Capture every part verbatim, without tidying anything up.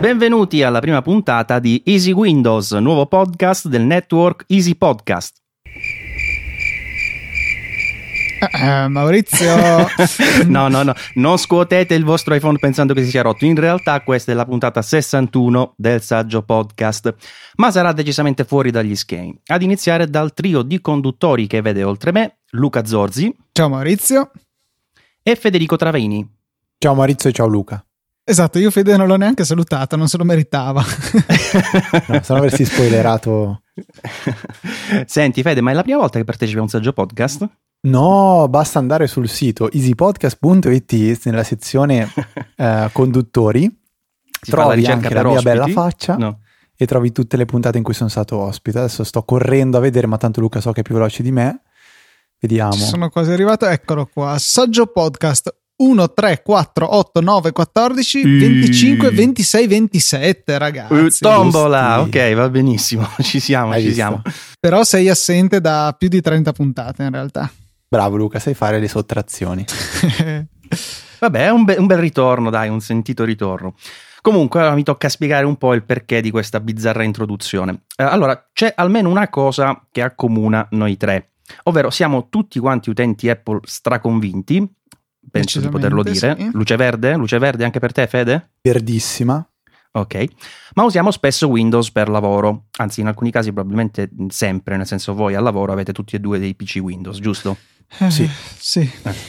Benvenuti alla prima puntata di Easy Windows, nuovo podcast del network Easy Podcast. Uh, Maurizio no no no non scuotete il vostro iPhone pensando che si sia rotto. In realtà questa è la puntata sessantuno del Saggio Podcast, ma sarà decisamente fuori dagli schemi, ad iniziare dal trio di conduttori che vede oltre me Luca Zorzi. Ciao Maurizio. E Federico Traveini. Ciao Maurizio e ciao Luca. Esatto, io Fede non l'ho neanche salutata, non se lo meritava. No, se no avresti spoilerato. Senti Fede, ma è la prima volta che partecipi a un Saggio Podcast? No, basta andare sul sito easypodcast punto it nella sezione eh, conduttori, si trovi la anche la mia ospiti. Bella faccia no. E trovi tutte le puntate in cui sono stato ospite. Adesso sto correndo a vedere, ma tanto Luca so che è più veloce di me. Vediamo. Ci sono quasi arrivato, eccolo qua. Saggio Podcast uno, tre, quattro, otto, nove, quattordici, venticinque, ventisei, ventisette, ragazzi. Uh, tombola, ok, va benissimo, ci siamo, Hai ci visto? siamo. Però sei assente da più di trenta puntate in realtà. Bravo Luca, sai fare le sottrazioni. Vabbè, è un, be- un bel ritorno, dai, un sentito ritorno. Comunque, allora mi tocca spiegare un po' il perché di questa bizzarra introduzione. Eh, allora, c'è almeno una cosa che accomuna noi tre, ovvero siamo tutti quanti utenti Apple straconvinti. Penso di poterlo dire. Sì. Luce verde? Luce verde anche per te, Fede? Verdissima. Ok, ma usiamo spesso Windows per lavoro, anzi in alcuni casi probabilmente sempre, nel senso voi al lavoro avete tutti e due dei P C Windows, giusto? Eh, Sì. Sì.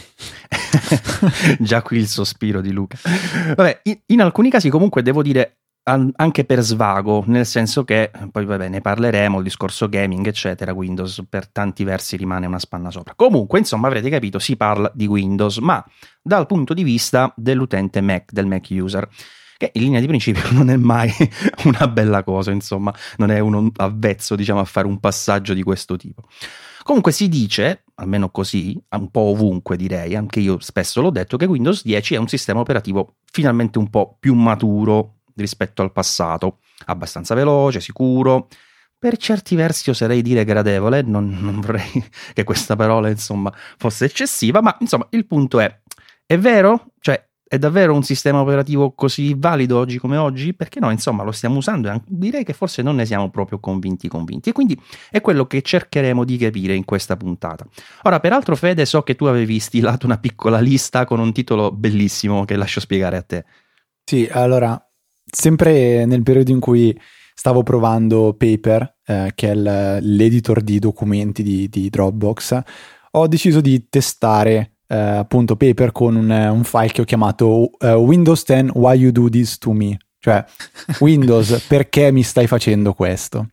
Eh. Già qui il sospiro di Luca. Vabbè, in, in alcuni casi comunque devo dire an- anche per svago, nel senso che, poi vabbè ne parleremo, il discorso gaming eccetera, Windows per tanti versi rimane una spanna sopra. Comunque insomma avrete capito, si parla di Windows, ma dal punto di vista dell'utente Mac, del Mac user, che in linea di principio non è mai una bella cosa, insomma, non è uno avvezzo, diciamo, a fare un passaggio di questo tipo. Comunque si dice, almeno così, un po' ovunque direi, anche io spesso l'ho detto, che Windows dieci è un sistema operativo finalmente un po' più maturo rispetto al passato, abbastanza veloce, sicuro, per certi versi oserei dire gradevole, non, non vorrei che questa parola insomma fosse eccessiva, ma insomma il punto è, è vero? Cioè, è davvero un sistema operativo così valido oggi come oggi? Perché no, insomma, lo stiamo usando e direi che forse non ne siamo proprio convinti convinti. E quindi è quello che cercheremo di capire in questa puntata. Ora, peraltro, Fede, so che tu avevi stilato una piccola lista con un titolo bellissimo che lascio spiegare a te. Sì, allora, sempre nel periodo in cui stavo provando Paper, eh, che è l'editor di documenti di, di Dropbox, ho deciso di testare Uh, appunto Paper con un, un file che ho chiamato uh, Windows ten Why You Do This To Me, cioè Windows perché mi stai facendo questo.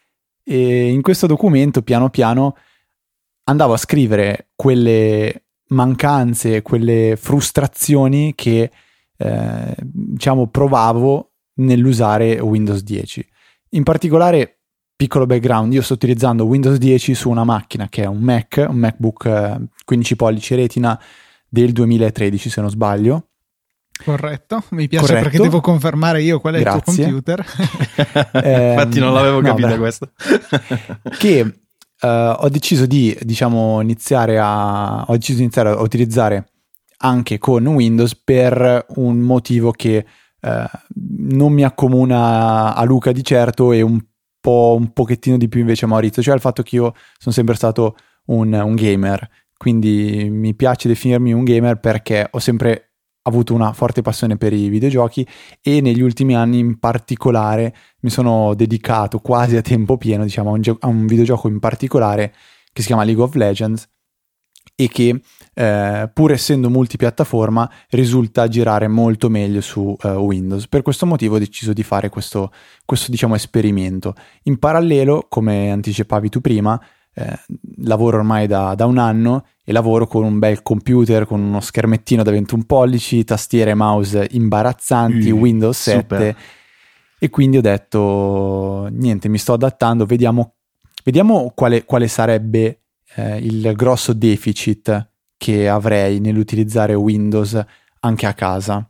E in questo documento piano piano andavo a scrivere quelle mancanze, quelle frustrazioni che eh, diciamo provavo nell'usare Windows dieci. In particolare, piccolo background, io sto utilizzando Windows dieci su una macchina che è un Mac, un MacBook quindici pollici Retina del duemilatredici se non sbaglio. Corretto, mi piace. Corretto. Perché devo confermare io qual è Grazie. il tuo computer. eh, Infatti non l'avevo no, capita beh, questa. Che uh, ho deciso di diciamo iniziare a ho deciso di iniziare a utilizzare anche con Windows per un motivo che uh, non mi accomuna a Luca di certo e un po' un pochettino di più invece a Maurizio, cioè il fatto che io sono sempre stato un, un gamer, quindi mi piace definirmi un gamer perché ho sempre avuto una forte passione per i videogiochi e negli ultimi anni in particolare mi sono dedicato quasi a tempo pieno, diciamo, a un, gio- a un videogioco in particolare che si chiama League of Legends e che eh, pur essendo multipiattaforma risulta girare molto meglio su uh, Windows. Per questo motivo ho deciso di fare questo, questo diciamo esperimento. In parallelo, come anticipavi tu prima, eh, lavoro ormai da, da un anno e lavoro con un bel computer con uno schermettino da ventuno pollici, tastiere e mouse imbarazzanti, mm, Windows sette super. E quindi ho detto niente, mi sto adattando, vediamo, vediamo quale, quale sarebbe eh, il grosso deficit che avrei nell'utilizzare Windows anche a casa.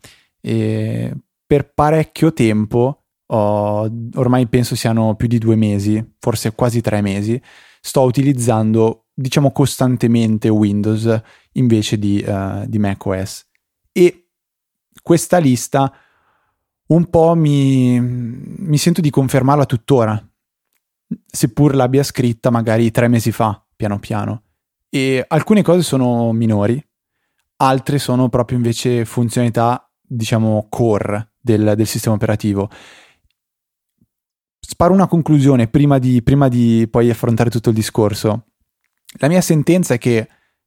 E per parecchio tempo, ho, ormai penso siano più di due mesi, forse quasi tre mesi, sto utilizzando diciamo costantemente Windows invece di, uh, di macOS. E questa lista un po' mi, mi sento di confermarla tuttora, seppur l'abbia scritta magari tre mesi fa, piano piano. E alcune cose sono minori, altre sono proprio invece funzionalità, diciamo, core del, del sistema operativo. Sparo una conclusione prima di, prima di poi affrontare tutto il discorso. La mia sentenza è che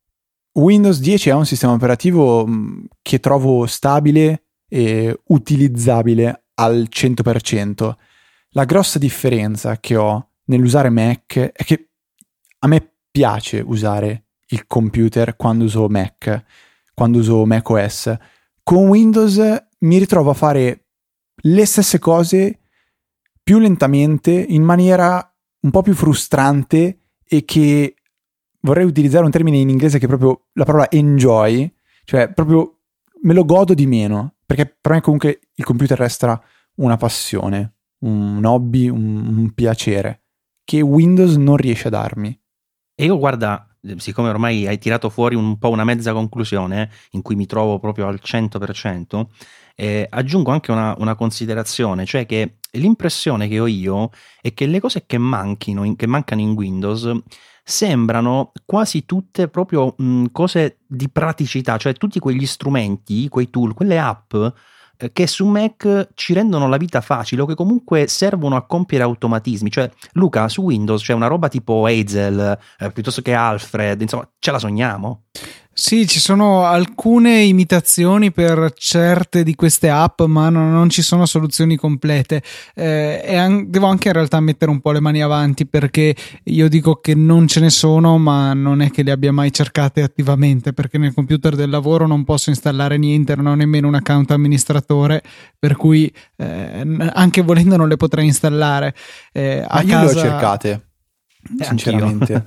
Windows dieci è un sistema operativo che trovo stabile e utilizzabile al cento per cento. La grossa differenza che ho nell'usare Mac è che a me piace usare il computer quando uso Mac, quando uso macOS. Con Windows mi ritrovo a fare le stesse cose più lentamente, in maniera un po' più frustrante, e che vorrei utilizzare un termine in inglese che è proprio la parola enjoy, cioè proprio me lo godo di meno, perché per me comunque il computer resta una passione, un hobby, un, un piacere che Windows non riesce a darmi. E io, guarda, siccome ormai hai tirato fuori un po' una mezza conclusione in cui mi trovo proprio al cento per cento, eh, aggiungo anche una, una considerazione, cioè che l'impressione che ho io è che le cose che manchino, in, che mancano in Windows sembrano quasi tutte proprio mh, cose di praticità, cioè tutti quegli strumenti, quei tool, quelle app eh, che su Mac ci rendono la vita facile o che comunque servono a compiere automatismi. Cioè, Luca, su Windows c'è una roba tipo Hazel eh, piuttosto che Alfred, insomma, ce la sogniamo? Sì, ci sono alcune imitazioni per certe di queste app, ma non, non ci sono soluzioni complete. Eh, e an- devo anche in realtà mettere un po' le mani avanti, perché io dico che non ce ne sono, ma non è che le abbia mai cercate attivamente, perché nel computer del lavoro non posso installare niente, non ho nemmeno un account amministratore, per cui eh, anche volendo non le potrei installare. Eh, a ma io casa... le ho cercate, Eh, sinceramente.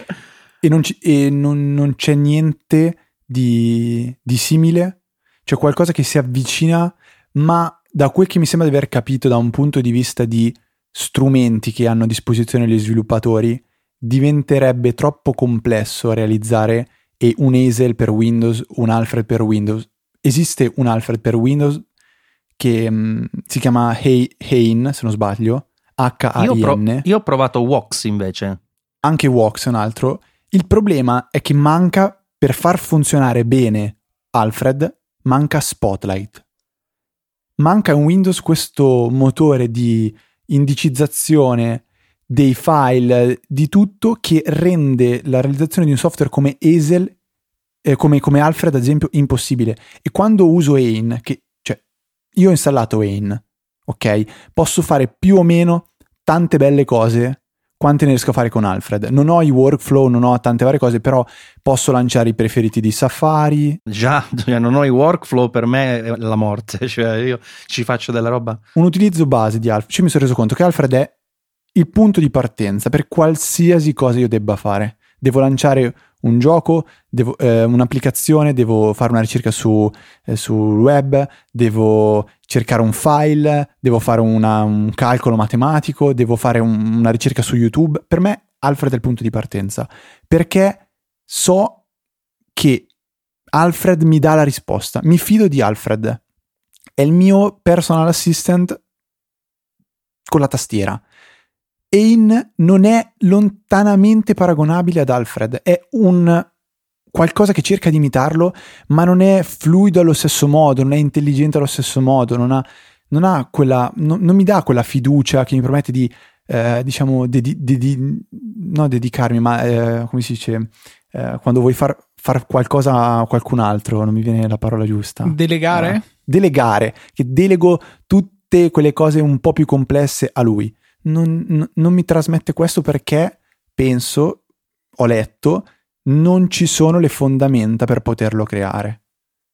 E, non, ci, e non, non c'è niente di, di simile, c'è qualcosa che si avvicina, ma da quel che mi sembra di aver capito da un punto di vista di strumenti che hanno a disposizione gli sviluppatori, diventerebbe troppo complesso realizzare e un Hazel per Windows, un Alfred per Windows. Esiste un Alfred per Windows che mh, si chiama Hain, se non sbaglio, H A I N. Io, pro- io ho provato Wox invece. Anche Wox è un altro. Il problema è che manca, per far funzionare bene Alfred, manca Spotlight. Manca in Windows questo motore di indicizzazione dei file, di tutto, che rende la realizzazione di un software come Hazel, eh, come, come Alfred ad esempio, impossibile. E quando uso Hain, che, cioè, io ho installato Hain, ok? Posso fare più o meno tante belle cose quante ne riesco a fare con Alfred. Non ho i workflow, non ho tante varie cose, però posso lanciare i preferiti di Safari. Già, non ho i workflow, per me è la morte, cioè io ci faccio della roba. Un utilizzo base di Alfred, cioè mi sono reso conto che Alfred è il punto di partenza per qualsiasi cosa io debba fare. Devo lanciare un gioco, devo, eh, un'applicazione, devo fare una ricerca su, eh, sul web, devo cercare un file, devo fare una, un calcolo matematico, devo fare un, una ricerca su YouTube. Per me Alfred è il punto di partenza, perché so che Alfred mi dà la risposta. Mi fido di Alfred. È il mio personal assistant con la tastiera. Hain non è lontanamente paragonabile ad Alfred, è un qualcosa che cerca di imitarlo, ma non è fluido allo stesso modo, non è intelligente allo stesso modo, non ha, non ha quella, non, non mi dà quella fiducia che mi permette di, eh, diciamo, dedi, dedi, no dedicarmi, ma eh, come si dice, eh, quando vuoi far, far qualcosa a qualcun altro, non mi viene la parola giusta. Delegare? Eh, delegare, che delego tutte quelle cose un po' più complesse a lui. Non, non mi trasmette questo, perché penso, ho letto, non ci sono le fondamenta per poterlo creare.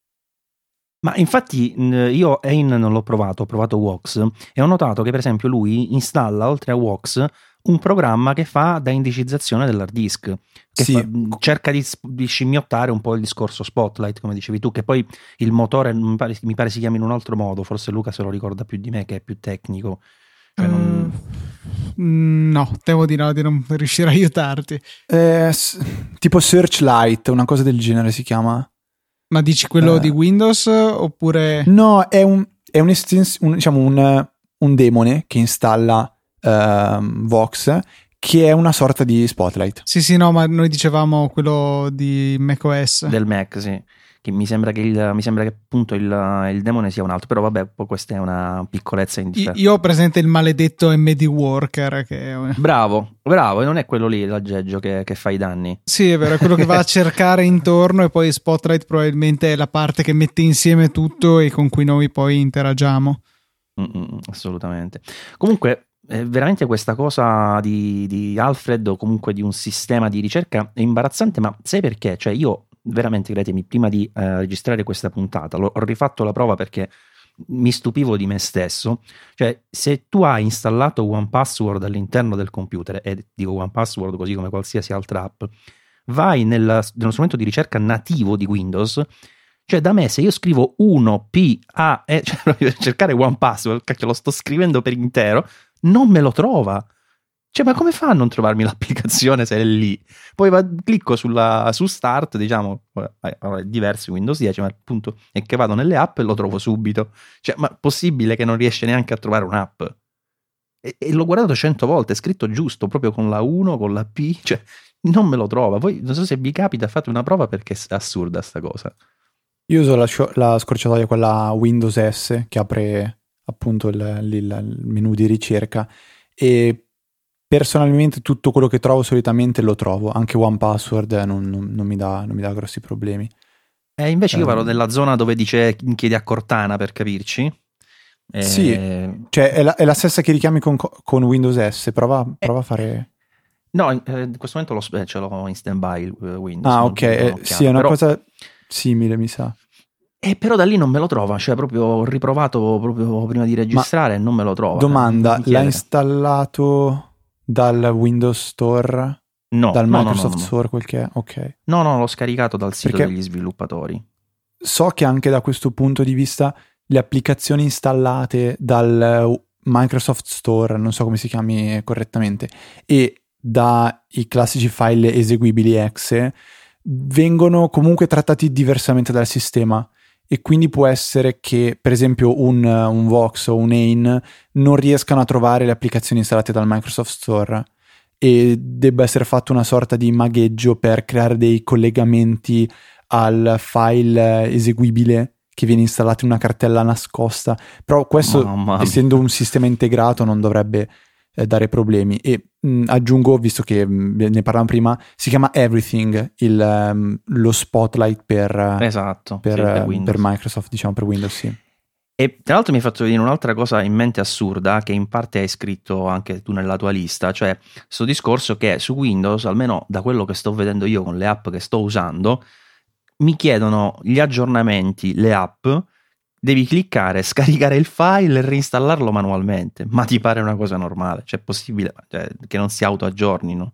Ma infatti io Hain non l'ho provato, ho provato Wox e ho notato che per esempio lui installa, oltre a Wox, un programma che fa da indicizzazione dell'hard disk, che sì. fa, cerca di, di scimmiottare un po' il discorso Spotlight, come dicevi tu, che poi il motore mi pare, mi pare si chiami in un altro modo, forse Luca se lo ricorda più di me, che è più tecnico. Cioè non... uh, no, devo dire no, di non riuscire a aiutarti. Eh, s- tipo Searchlight, una cosa del genere si chiama. Ma dici quello eh. di Windows oppure... No, è un, è un, estens- un, diciamo un, un demone che installa uh, Vox, che è una sorta di Spotlight. Sì, sì, no, ma noi dicevamo quello di macOS. Del Mac, sì. Che mi sembra che il, mi sembra che appunto il, il demone sia un altro, però vabbè, poi questa è una piccolezza indifferente. Io ho presente il maledetto M D Worker che è... Bravo, bravo, e non è quello lì l'aggeggio che, che fa i danni. Sì, è vero, è quello che va a cercare intorno, e poi Spotlight probabilmente è la parte che mette insieme tutto e con cui noi poi interagiamo. Mm-mm, assolutamente. Comunque eh, veramente questa cosa di, di Alfred, o comunque di un sistema di ricerca, è imbarazzante, ma sai perché? Cioè io veramente, credetemi, prima di eh, registrare questa puntata l'ho, ho rifatto la prova perché mi stupivo di me stesso. Cioè, se tu hai installato one password all'interno del computer, e dico one password così come qualsiasi altra app, vai nel, nello strumento di ricerca nativo di Windows. Cioè, da me, se io scrivo uno P A E, cioè proprio per cercare one password, cacchio, lo sto scrivendo per intero, non me lo trova. Cioè, ma come fa a non trovarmi l'applicazione se è lì? Poi va, clicco sulla, su Start, diciamo, è diverso Windows dieci, ma appunto è che vado nelle app e lo trovo subito. Cioè, ma possibile che non riesce neanche a trovare un'app? E, e l'ho guardato cento volte, è scritto giusto, proprio con la uno, con la P, cioè, non me lo trova. Poi, non so se vi capita, fate una prova perché è assurda sta cosa. Io uso la, la scorciatoia, quella Windows S, che apre appunto il, il, il menu di ricerca, e personalmente tutto quello che trovo solitamente lo trovo, anche one password non, non, non, mi, dà, non mi dà grossi problemi. E invece io um, vado nella zona dove dice chiedi a Cortana, per capirci. E... Sì, cioè è la, è la stessa che richiami con, con Windows S, prova, prova eh, a fare... No, in, in questo momento lo, ce l'ho in stand-by Windows. Ah, ok, eh, sì, è una però... cosa simile, mi sa. E però da lì non me lo trova, cioè proprio ho riprovato proprio prima di registrare e non me lo trova. Domanda, l'ha installato dal Windows Store? No, dal no, Microsoft no, no, Store, quel che è? Ok. No, no, l'ho scaricato dal sito Perché degli sviluppatori. So che anche da questo punto di vista le applicazioni installate dal Microsoft Store, non so come si chiami correttamente, e dai classici file eseguibili exe vengono comunque trattati diversamente dal sistema, e quindi può essere che per esempio un, un Vox o un Ain non riescano a trovare le applicazioni installate dal Microsoft Store e debba essere fatto una sorta di magheggio per creare dei collegamenti al file eseguibile che viene installato in una cartella nascosta. Però questo, oh, essendo un sistema integrato, non dovrebbe eh, dare problemi. E mh, aggiungo, visto che mh, ne parlavamo prima, si chiama Everything il, um, lo Spotlight per, esatto, per, sì, per, uh, per Microsoft, diciamo per Windows, sì. E tra l'altro mi hai fatto venire un'altra cosa in mente assurda, che in parte hai scritto anche tu nella tua lista, cioè questo discorso che su Windows, almeno da quello che sto vedendo io con le app che sto usando, mi chiedono gli aggiornamenti, le app, devi cliccare, scaricare il file e reinstallarlo manualmente. Ma ti pare una cosa normale? Cioè è possibile, cioè, che non si auto-aggiornino?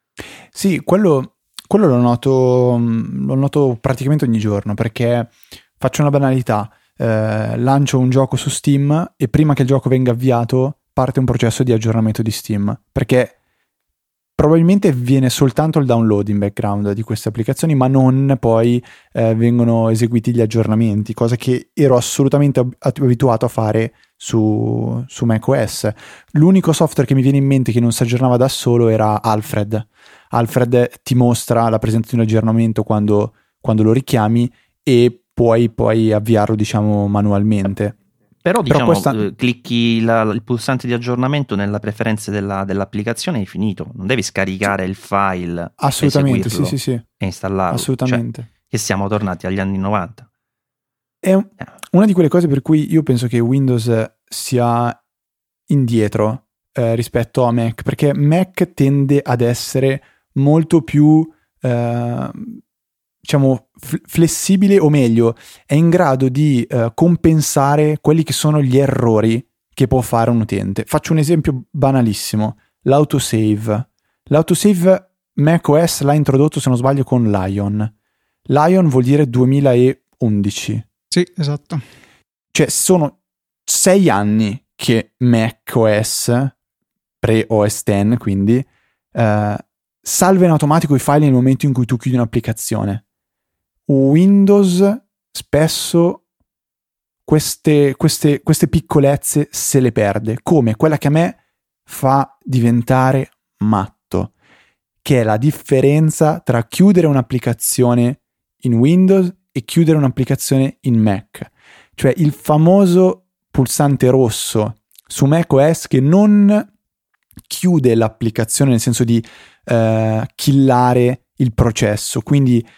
Sì, quello, quello lo noto, lo noto praticamente ogni giorno, perché faccio una banalità. Eh, lancio un gioco su Steam e prima che il gioco venga avviato parte un processo di aggiornamento di Steam, perché probabilmente viene soltanto il download in background di queste applicazioni, ma non poi eh, vengono eseguiti gli aggiornamenti, cosa che ero assolutamente ab- abituato a fare su, su macOS. L'unico software che mi viene in mente che non si aggiornava da solo era Alfred. Alfred ti mostra la presenza di un aggiornamento quando, quando lo richiami e puoi poi avviarlo, diciamo, manualmente. Però, diciamo, Però questa... clicchi la, il pulsante di aggiornamento nelle preferenze della, dell'applicazione e è finito. Non devi scaricare il file, assolutamente, sì, sì, sì. e installarlo. Assolutamente. Cioè, che siamo tornati agli anni novanta. È un, una di quelle cose per cui io penso che Windows sia indietro eh, rispetto a Mac, perché Mac tende ad essere molto più... Eh, diciamo f- flessibile, o meglio è in grado di uh, compensare quelli che sono gli errori che può fare un utente. Faccio un esempio banalissimo: l'autosave. L'autosave macOS l'ha introdotto, se non sbaglio, con Lion. Lion vuol dire duemilaundici. Sì, esatto. Cioè sono sei anni che macOS, pre-O S dieci quindi, uh, salva in automatico i file nel momento in cui tu chiudi un'applicazione. Windows spesso queste, queste, queste piccolezze se le perde, come quella che a me fa diventare matto, che è la differenza tra chiudere un'applicazione in Windows e chiudere un'applicazione in Mac. Cioè il famoso pulsante rosso su macOS che non chiude l'applicazione nel senso di eh, killare il processo, quindi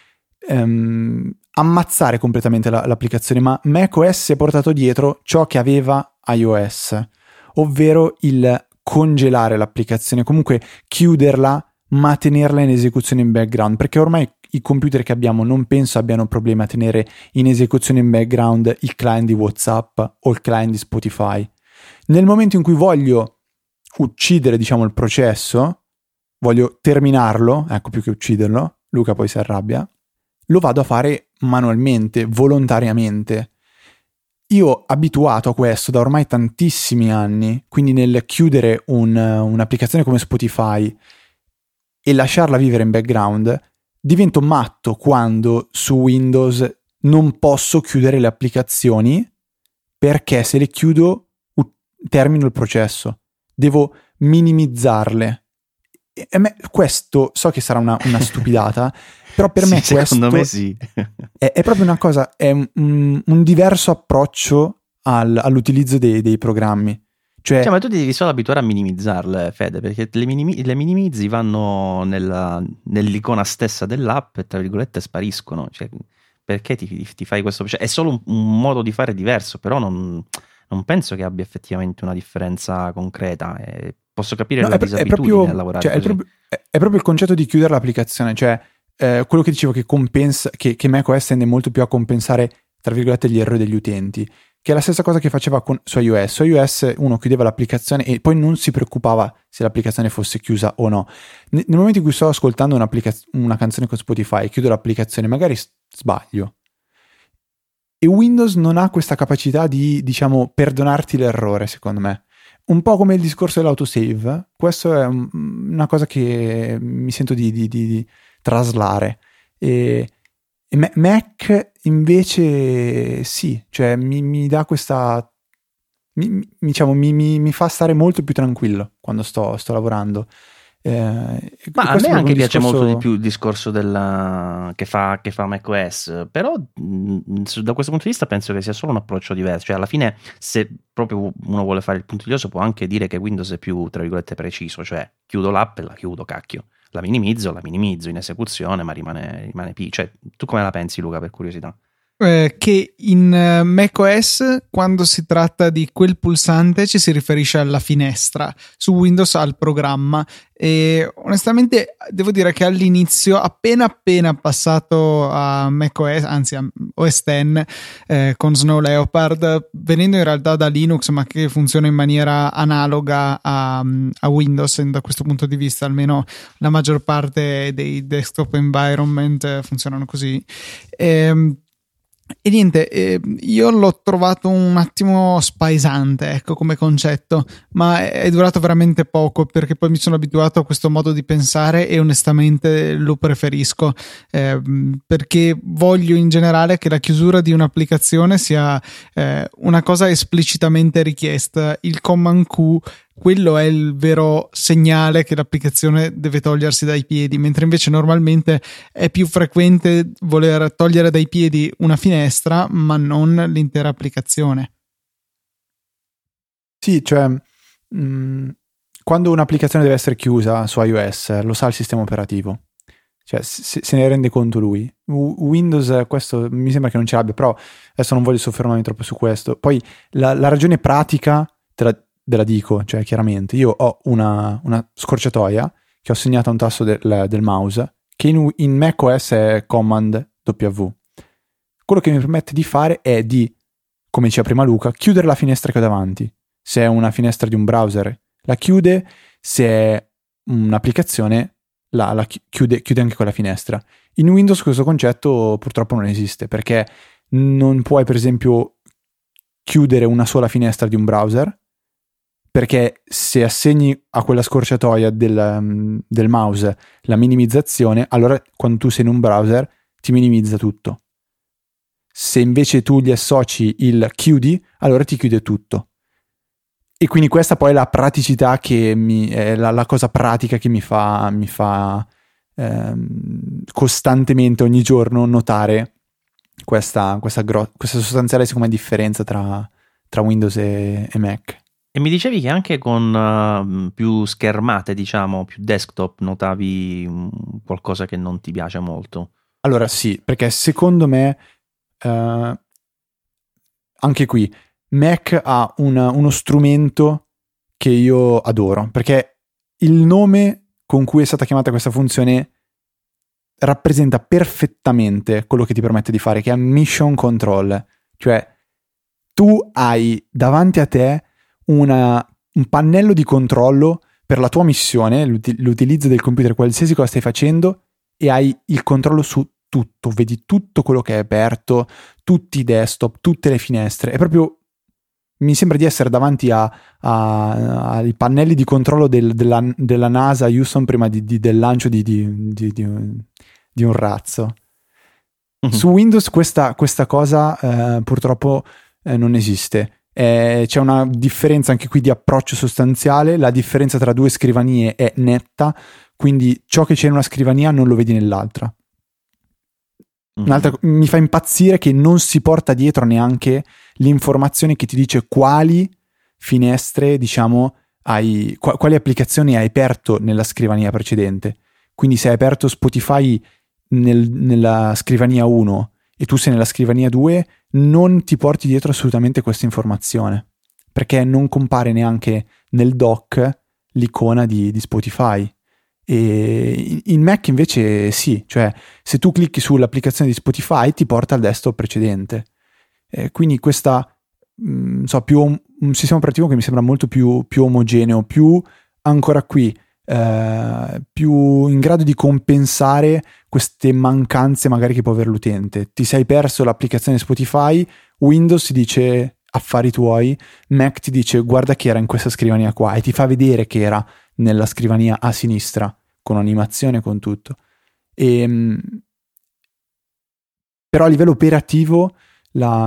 ehm, ammazzare completamente la, l'applicazione, ma macOS si è portato dietro ciò che aveva iOS, ovvero il congelare l'applicazione, comunque chiuderla ma tenerla in esecuzione in background, perché ormai i computer che abbiamo non penso abbiano problemi a tenere in esecuzione in background il client di WhatsApp o il client di Spotify. Nel momento in cui voglio uccidere, diciamo, il processo, voglio terminarlo, ecco, più che ucciderlo, Luca poi si arrabbia, lo vado a fare manualmente, volontariamente. Io abituato a questo da ormai tantissimi anni, quindi nel chiudere un, un'applicazione come Spotify e lasciarla vivere in background, divento matto quando su Windows non posso chiudere le applicazioni, perché se le chiudo termino il processo, devo minimizzarle. E a me questo, so che sarà una, una stupidata, però per sì, me questo secondo me sì. è, è proprio una cosa, è un, un diverso approccio al, all'utilizzo dei, dei programmi. Cioè, cioè, ma tu ti devi solo abituare a minimizzarle, Fede, perché le, minimi- le minimizzi, vanno nella, nell'icona stessa dell'app e tra virgolette spariscono. Cioè, perché ti, ti fai questo? Cioè, è solo un, un modo di fare diverso, però non, non penso che abbia effettivamente una differenza concreta. E posso capire no, la è, disabitudine è proprio, a lavorare cioè, così. È proprio, è, è proprio il concetto di chiudere l'applicazione, cioè eh, quello che dicevo che compensa, che, che macOS tende molto più a compensare, tra virgolette, gli errori degli utenti, che è la stessa cosa che faceva con, su iOS. Su iOS uno chiudeva l'applicazione e poi non si preoccupava se l'applicazione fosse chiusa o no. Nel, nel momento in cui sto ascoltando una canzone con Spotify, chiudo l'applicazione, magari sbaglio. E Windows non ha questa capacità di, diciamo, perdonarti l'errore, secondo me. Un po' come il discorso dell'autosave, questo è un, una cosa che mi sento di, di, di, di traslare. E, e Mac invece sì, cioè mi, mi dà questa, mi, diciamo, mi, mi, mi fa stare molto più tranquillo quando sto, sto lavorando. Eh, Ma a me anche piace discorso... molto di più il discorso della... che fa, che fa macOS, però mh, da questo punto di vista penso che sia solo un approccio diverso. Cioè alla fine, se proprio uno vuole fare il puntiglioso, può anche dire che Windows è più, tra virgolette, preciso, cioè chiudo l'app e la chiudo, cacchio, la minimizzo, la minimizzo in esecuzione, ma rimane, rimane P. Cioè, tu come la pensi, Luca, per curiosità? Eh, che in uh, macOS, quando si tratta di quel pulsante, ci si riferisce alla finestra, su Windows al programma. E onestamente devo dire che all'inizio, appena appena passato a macOS, anzi a O S X eh, con Snow Leopard, venendo in realtà da Linux ma che funziona in maniera analoga a, a Windows, da questo punto di vista almeno la maggior parte dei desktop environment eh, funzionano così. E, E niente, eh, io l'ho trovato un attimo spaesante, ecco, come concetto, ma è, è durato veramente poco, perché poi mi sono abituato a questo modo di pensare e onestamente lo preferisco, eh, perché voglio in generale che la chiusura di un'applicazione sia eh, una cosa esplicitamente richiesta. Il command Q, quello è il vero segnale che l'applicazione deve togliersi dai piedi, mentre invece normalmente è più frequente voler togliere dai piedi una finestra ma non l'intera applicazione. Sì, cioè mh, quando un'applicazione deve essere chiusa su iOS lo sa il sistema operativo, cioè se, se ne rende conto lui. Windows questo mi sembra che non ce l'abbia, però adesso non voglio soffermarmi troppo su questo. Poi la, la ragione pratica te la ve la dico, cioè chiaramente io ho una, una scorciatoia che ho segnato a un tasto del, del mouse che in, in macOS è Command W. Quello che mi permette di fare è di, come diceva prima Luca, chiudere la finestra che ho davanti. Se è una finestra di un browser la chiude, se è un'applicazione la, la chiude, chiude anche quella finestra. In Windows questo concetto purtroppo non esiste, perché non puoi per esempio chiudere una sola finestra di un browser, perché se assegni a quella scorciatoia del, del mouse la minimizzazione, allora quando tu sei in un browser ti minimizza tutto. Se invece tu gli associ il chiudi, allora ti chiude tutto. E quindi questa poi è la praticità che mi è la, la cosa pratica che mi fa mi fa ehm, costantemente ogni giorno notare questa, questa, gro- questa sostanziale secondo me differenza tra, tra Windows e, e Mac. E mi dicevi che anche con uh, più schermate, diciamo, più desktop, notavi um, qualcosa che non ti piace molto. Allora sì, perché secondo me uh, anche qui Mac ha una, uno strumento che io adoro, perché il nome con cui è stata chiamata questa funzione rappresenta perfettamente quello che ti permette di fare, che è Mission Control. Cioè tu hai davanti a te una, un pannello di controllo per la tua missione, l'utilizzo del computer, qualsiasi cosa stai facendo, e hai il controllo su tutto, vedi tutto quello che è aperto, tutti i desktop, tutte le finestre. È proprio, mi sembra di essere davanti a, a, ai pannelli di controllo del, della, della NASA a Houston prima di, di, del lancio di, di, di, di, un, di un razzo. Mm-hmm. Su Windows questa, questa cosa eh, purtroppo eh, non esiste. Eh, c'è una differenza anche qui di approccio sostanziale. La differenza tra due scrivanie è netta, quindi ciò che c'è in una scrivania non lo vedi nell'altra. Un'altra, mi fa impazzire che non si porta dietro neanche l'informazione che ti dice quali finestre, diciamo, hai, qu- quali applicazioni hai aperto nella scrivania precedente. Quindi se hai aperto Spotify nel, nella scrivania uno e tu sei nella scrivania due, non ti porti dietro assolutamente questa informazione, perché non compare neanche nel dock l'icona di, di Spotify. E in Mac invece sì, cioè se tu clicchi sull'applicazione di Spotify ti porta al desktop precedente. Eh, quindi questa mh, so, più un sistema operativo che mi sembra molto più, più omogeneo, più ancora qui eh, più in grado di compensare queste mancanze magari che può avere l'utente. Ti sei perso l'applicazione Spotify, Windows ti dice affari tuoi, Mac ti dice guarda che era in questa scrivania qua e ti fa vedere che era nella scrivania a sinistra, con animazione, con tutto. E, però a livello operativo, la,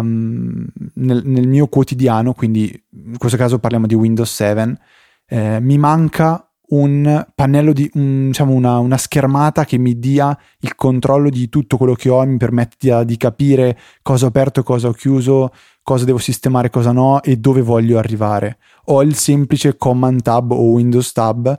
nel, nel mio quotidiano, quindi in questo caso parliamo di Windows sette, eh, mi manca un pannello di un, diciamo una, una schermata che mi dia il controllo di tutto quello che ho e mi permette di, di capire cosa ho aperto e cosa ho chiuso, cosa devo sistemare, cosa no e dove voglio arrivare. Ho il semplice Command Tab o Windows Tab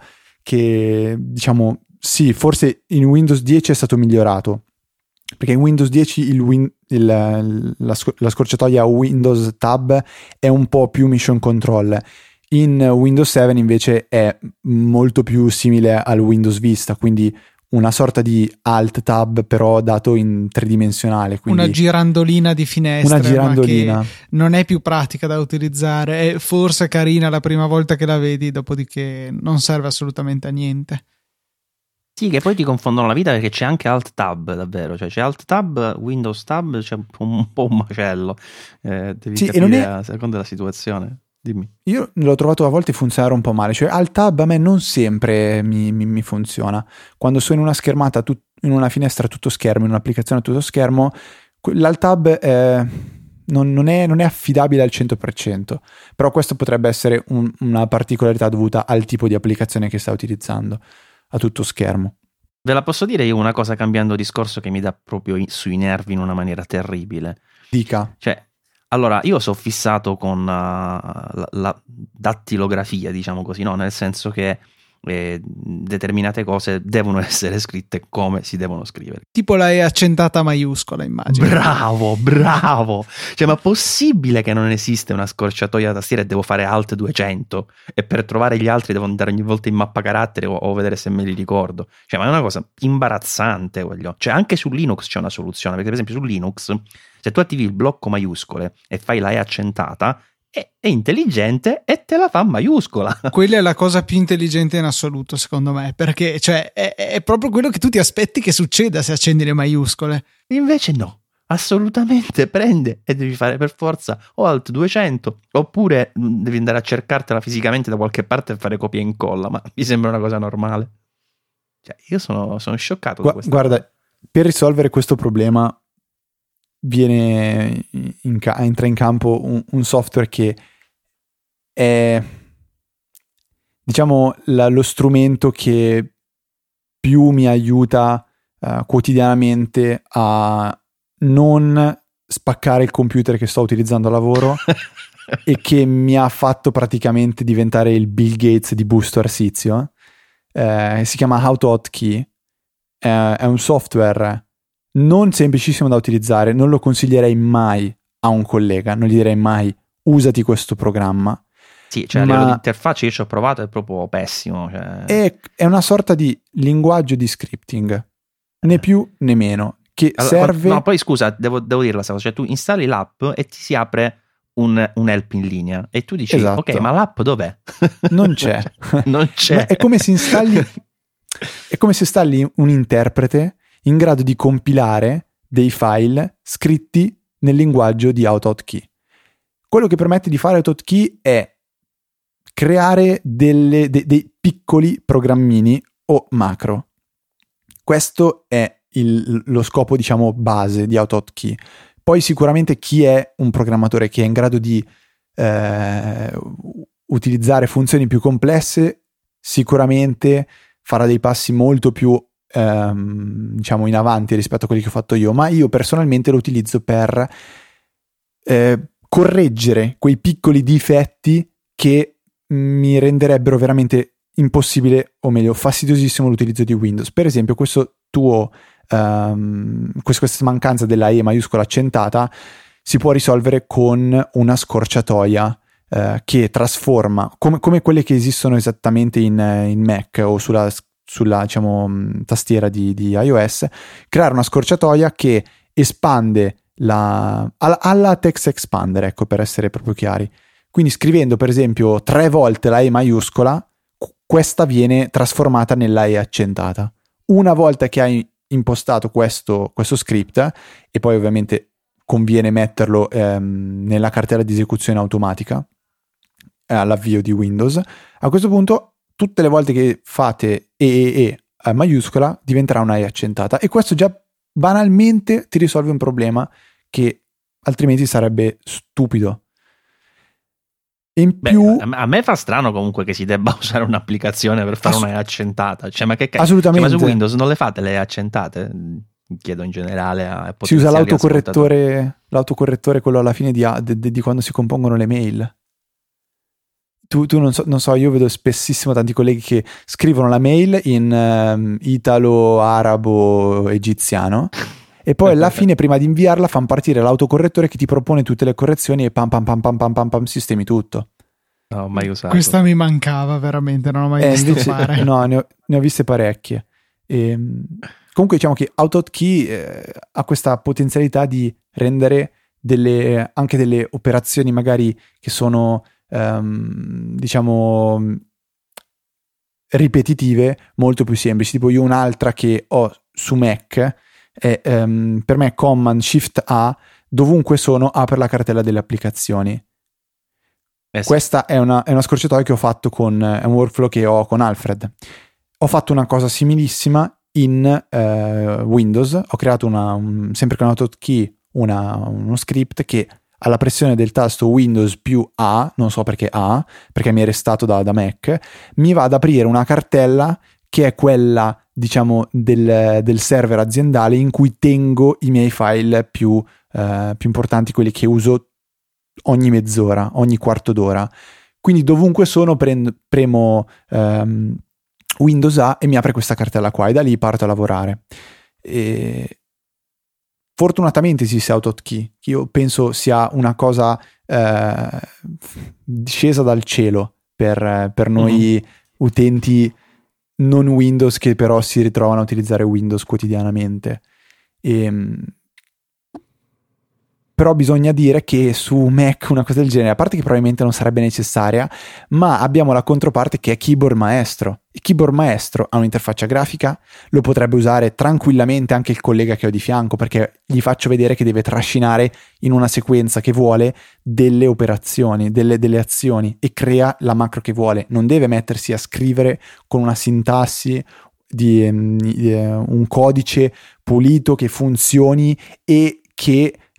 che, diciamo, sì, forse in Windows dieci è stato migliorato, perché in Windows dieci il win, il, la, la scorciatoia Windows Tab è un po' più Mission Control. In Windows sette invece è molto più simile al Windows Vista, quindi una sorta di Alt Tab però dato in tridimensionale. Quindi una girandolina di finestre, una girandolina. Ma che non è più pratica da utilizzare, è forse carina la prima volta che la vedi, dopodiché non serve assolutamente a niente. Sì, che poi ti confondono la vita perché c'è anche Alt Tab, davvero, cioè c'è Alt Tab, Windows Tab, c'è un po' un, po un macello, eh, devi sì, capire e non è... a seconda della situazione. Dimmi. Io l'ho trovato a volte funzionare un po' male, cioè Alt Tab a me non sempre mi, mi, mi funziona. Quando sono in una schermata, tut, in una finestra tutto schermo, in un'applicazione tutto schermo, l'Alt Tab è, non, non, è, non è affidabile al cento per cento, però questo potrebbe essere un, una particolarità dovuta al tipo di applicazione che sta utilizzando, a tutto schermo. Ve la posso dire io una cosa, cambiando discorso, che mi dà proprio in, sui nervi in una maniera terribile. Dica. Cioè, allora, io sono fissato con uh, la, la dattilografia, diciamo così, no? Nel senso che eh, determinate cose devono essere scritte come si devono scrivere. Tipo la E accentata maiuscola, immagino. Bravo, bravo! Cioè, ma possibile che non esiste una scorciatoia da tastiera e devo fare Alt duecento e per trovare gli altri devo andare ogni volta in mappa carattere o, o vedere se me li ricordo? Cioè, ma è una cosa imbarazzante, voglio. Cioè, anche su Linux c'è una soluzione, perché per esempio su Linux, se tu attivi il blocco maiuscole e fai la E accentata, è, è intelligente e te la fa maiuscola. Quella è la cosa più intelligente in assoluto, secondo me, perché cioè, è, è proprio quello che tu ti aspetti che succeda se accendi le maiuscole. Invece no, assolutamente prende e devi fare per forza o Alt duecento oppure devi andare a cercartela fisicamente da qualche parte e fare copia e incolla, ma mi sembra una cosa normale. Cioè, io sono, sono scioccato Gu- da questa guarda, cosa. Per risolvere questo problema viene in, entra in campo un, un software che è, diciamo, la, lo strumento che più mi aiuta uh, quotidianamente a non spaccare il computer che sto utilizzando a lavoro e che mi ha fatto praticamente diventare il Bill Gates di Busto Arsizio. Eh, si chiama AutoHotkey. Eh, è un software non semplicissimo da utilizzare, non lo consiglierei mai a un collega, non gli direi mai usati questo programma. Sì, cioè a livello di interfaccia io ci ho provato, è proprio pessimo. Cioè... È, è una sorta di linguaggio di scripting, né più né meno, che allora, serve... No, poi scusa, devo, devo dirla questa cosa, cioè tu installi l'app e ti si apre un, un help in linea e tu dici, esatto. ok, ma l'app dov'è? Non c'è. Non c'è. È come se installi, è come se installi un interprete in grado di compilare dei file scritti nel linguaggio di AutoHotkey. Quello che permette di fare AutoHotkey è creare delle, de, dei piccoli programmini o macro. Questo è il, lo scopo, diciamo, base di AutoHotkey. Poi sicuramente chi è un programmatore che è in grado di eh, utilizzare funzioni più complesse sicuramente farà dei passi molto più ehm, diciamo in avanti rispetto a quelli che ho fatto io, ma io personalmente lo utilizzo per eh, correggere quei piccoli difetti che mi renderebbero veramente impossibile, o meglio fastidiosissimo, l'utilizzo di Windows. Per esempio questo tuo um, questa mancanza della E maiuscola accentata si può risolvere con una scorciatoia uh, che trasforma, come, come quelle che esistono esattamente in, in Mac o sulla, sulla diciamo, tastiera di, di iOS, creare una scorciatoia che espande la, alla, alla text expander, ecco, per essere proprio chiari. Quindi scrivendo per esempio tre volte la E maiuscola, questa viene trasformata nella E accentata. Una volta che hai impostato questo, questo script, e poi ovviamente conviene metterlo ehm, nella cartella di esecuzione automatica eh, all'avvio di Windows, a questo punto tutte le volte che fate E E E maiuscola diventerà una E accentata, e questo già banalmente ti risolve un problema che altrimenti sarebbe stupido. In Beh, più, a me fa strano comunque che si debba usare un'applicazione per fare Ass- una E accentata. Cioè, ma che cazzo? Assolutamente. Cioè, ma su Windows non le fate le E accentate? Chiedo in generale a si usa l'autocorrettore, l'autocorrettore quello alla fine di, di, di quando si compongono le mail. Tu, tu non, so, non so, io vedo spessissimo tanti colleghi che scrivono la mail in um, italo, arabo, egiziano. E poi alla fine, prima di inviarla, fanno partire l'autocorrettore che ti propone tutte le correzioni e pam pam pam pam pam pam, pam sistemi tutto. No, mai usato. Questa mi mancava veramente, non ho mai eh, visto invece, fare. No, ne ho, ne ho viste parecchie. E, comunque diciamo che AutoHotkey eh, ha questa potenzialità di rendere delle, anche delle operazioni magari che sono um, diciamo ripetitive molto più semplici. Tipo io un'altra che ho su Mac è um, per me Command Shift A, dovunque sono apre la cartella delle applicazioni. Eh sì. Questa è una, è una scorciatoia che ho fatto con è un workflow che ho con Alfred. Ho fatto una cosa similissima in uh, Windows. Ho creato una, un, sempre con AutoHotkey una, uno script che alla pressione del tasto Windows più A, non so perché A, perché mi è restato da, da Mac, mi va ad aprire una cartella che è quella, diciamo, del, del server aziendale in cui tengo i miei file più, uh, più importanti, quelli che uso ogni mezz'ora, ogni quarto d'ora. Quindi dovunque sono prendo, premo um, Windows A e mi apre questa cartella qua, e da lì parto a lavorare. E fortunatamente esiste AutoHotkey, che io penso sia una cosa eh, scesa dal cielo per, per noi mm-hmm. utenti non Windows che però si ritrovano a utilizzare Windows quotidianamente. E, però bisogna dire che su Mac una cosa del genere, a parte che probabilmente non sarebbe necessaria, ma abbiamo la controparte che è Keyboard Maestro. Il Keyboard Maestro ha un'interfaccia grafica, lo potrebbe usare tranquillamente anche il collega che ho di fianco, perché gli faccio vedere che deve trascinare in una sequenza che vuole delle operazioni, delle, delle azioni, e crea la macro che vuole. Non deve mettersi a scrivere con una sintassi di, di, di un codice pulito che funzioni e che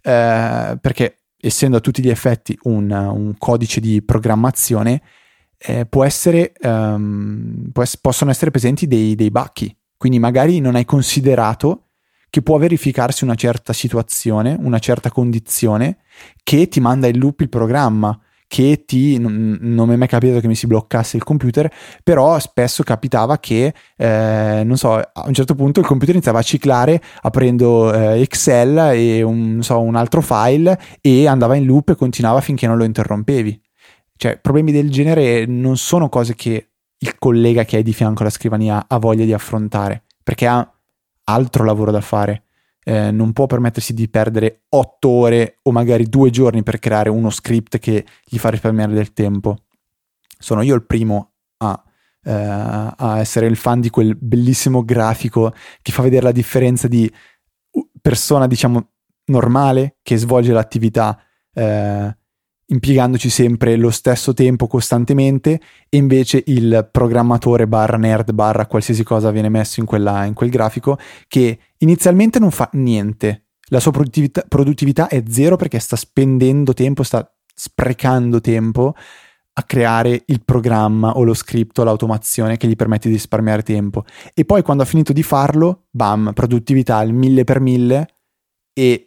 eh, perché essendo a tutti gli effetti un, un codice di programmazione, eh, può essere, um, può ess- possono essere presenti dei, dei bacchi, quindi magari non hai considerato che può verificarsi una certa situazione, una certa condizione che ti manda in loop il programma, che ti, non, non mi è mai capitato che mi si bloccasse il computer, però spesso capitava che, eh, non so, a un certo punto il computer iniziava a ciclare aprendo eh, Excel e un, non so, un altro file, e andava in loop e continuava finché non lo interrompevi. Cioè, problemi del genere non sono cose che il collega che hai di fianco alla scrivania ha voglia di affrontare, perché ha altro lavoro da fare. Eh, non può permettersi di perdere otto ore o magari due giorni per creare uno script che gli fa risparmiare del tempo. Sono io il primo a, eh, a essere il fan di quel bellissimo grafico che fa vedere la differenza di persona, diciamo, normale che svolge l'attività eh, impiegandoci sempre lo stesso tempo costantemente, e invece il programmatore barra nerd barra qualsiasi cosa viene messo in, quella, in quel grafico, che inizialmente non fa niente, la sua produttività, produttività è zero perché sta spendendo tempo, sta sprecando tempo a creare il programma o lo script o l'automazione che gli permette di risparmiare tempo, e poi quando ha finito di farlo, bam, produttività al mille per mille, e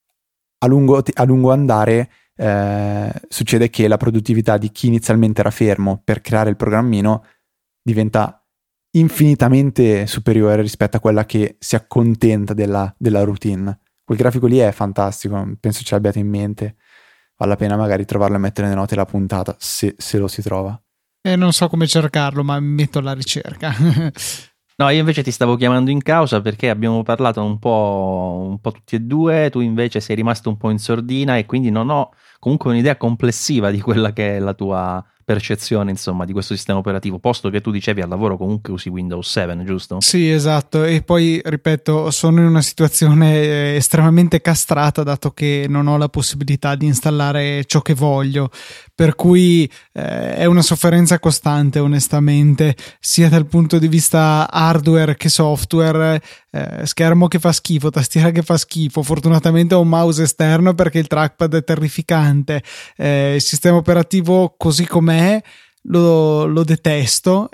a lungo, a lungo andare Eh, succede che la produttività di chi inizialmente era fermo per creare il programmino diventa infinitamente superiore rispetto a quella che si accontenta della, della routine. Quel grafico lì è fantastico, penso ce l'abbiate in mente, vale la pena magari trovarlo e mettere nelle note la puntata, se, se lo si trova. E non so come cercarlo, ma mi metto alla ricerca. No, io invece ti stavo chiamando in causa perché abbiamo parlato un po', un po' tutti e due, tu invece sei rimasto un po' in sordina e quindi non ho comunque un'idea complessiva di quella che è la tua percezione, insomma, di questo sistema operativo, posto che tu dicevi al lavoro comunque usi Windows sette, giusto? Sì, esatto, e poi ripeto, sono in una situazione estremamente castrata dato che non ho la possibilità di installare ciò che voglio, per cui eh, è una sofferenza costante, onestamente, sia dal punto di vista hardware che software. Eh, schermo che fa schifo, tastiera che fa schifo, fortunatamente ho un mouse esterno perché il trackpad è terrificante, eh, il sistema operativo così com'è Lo, lo detesto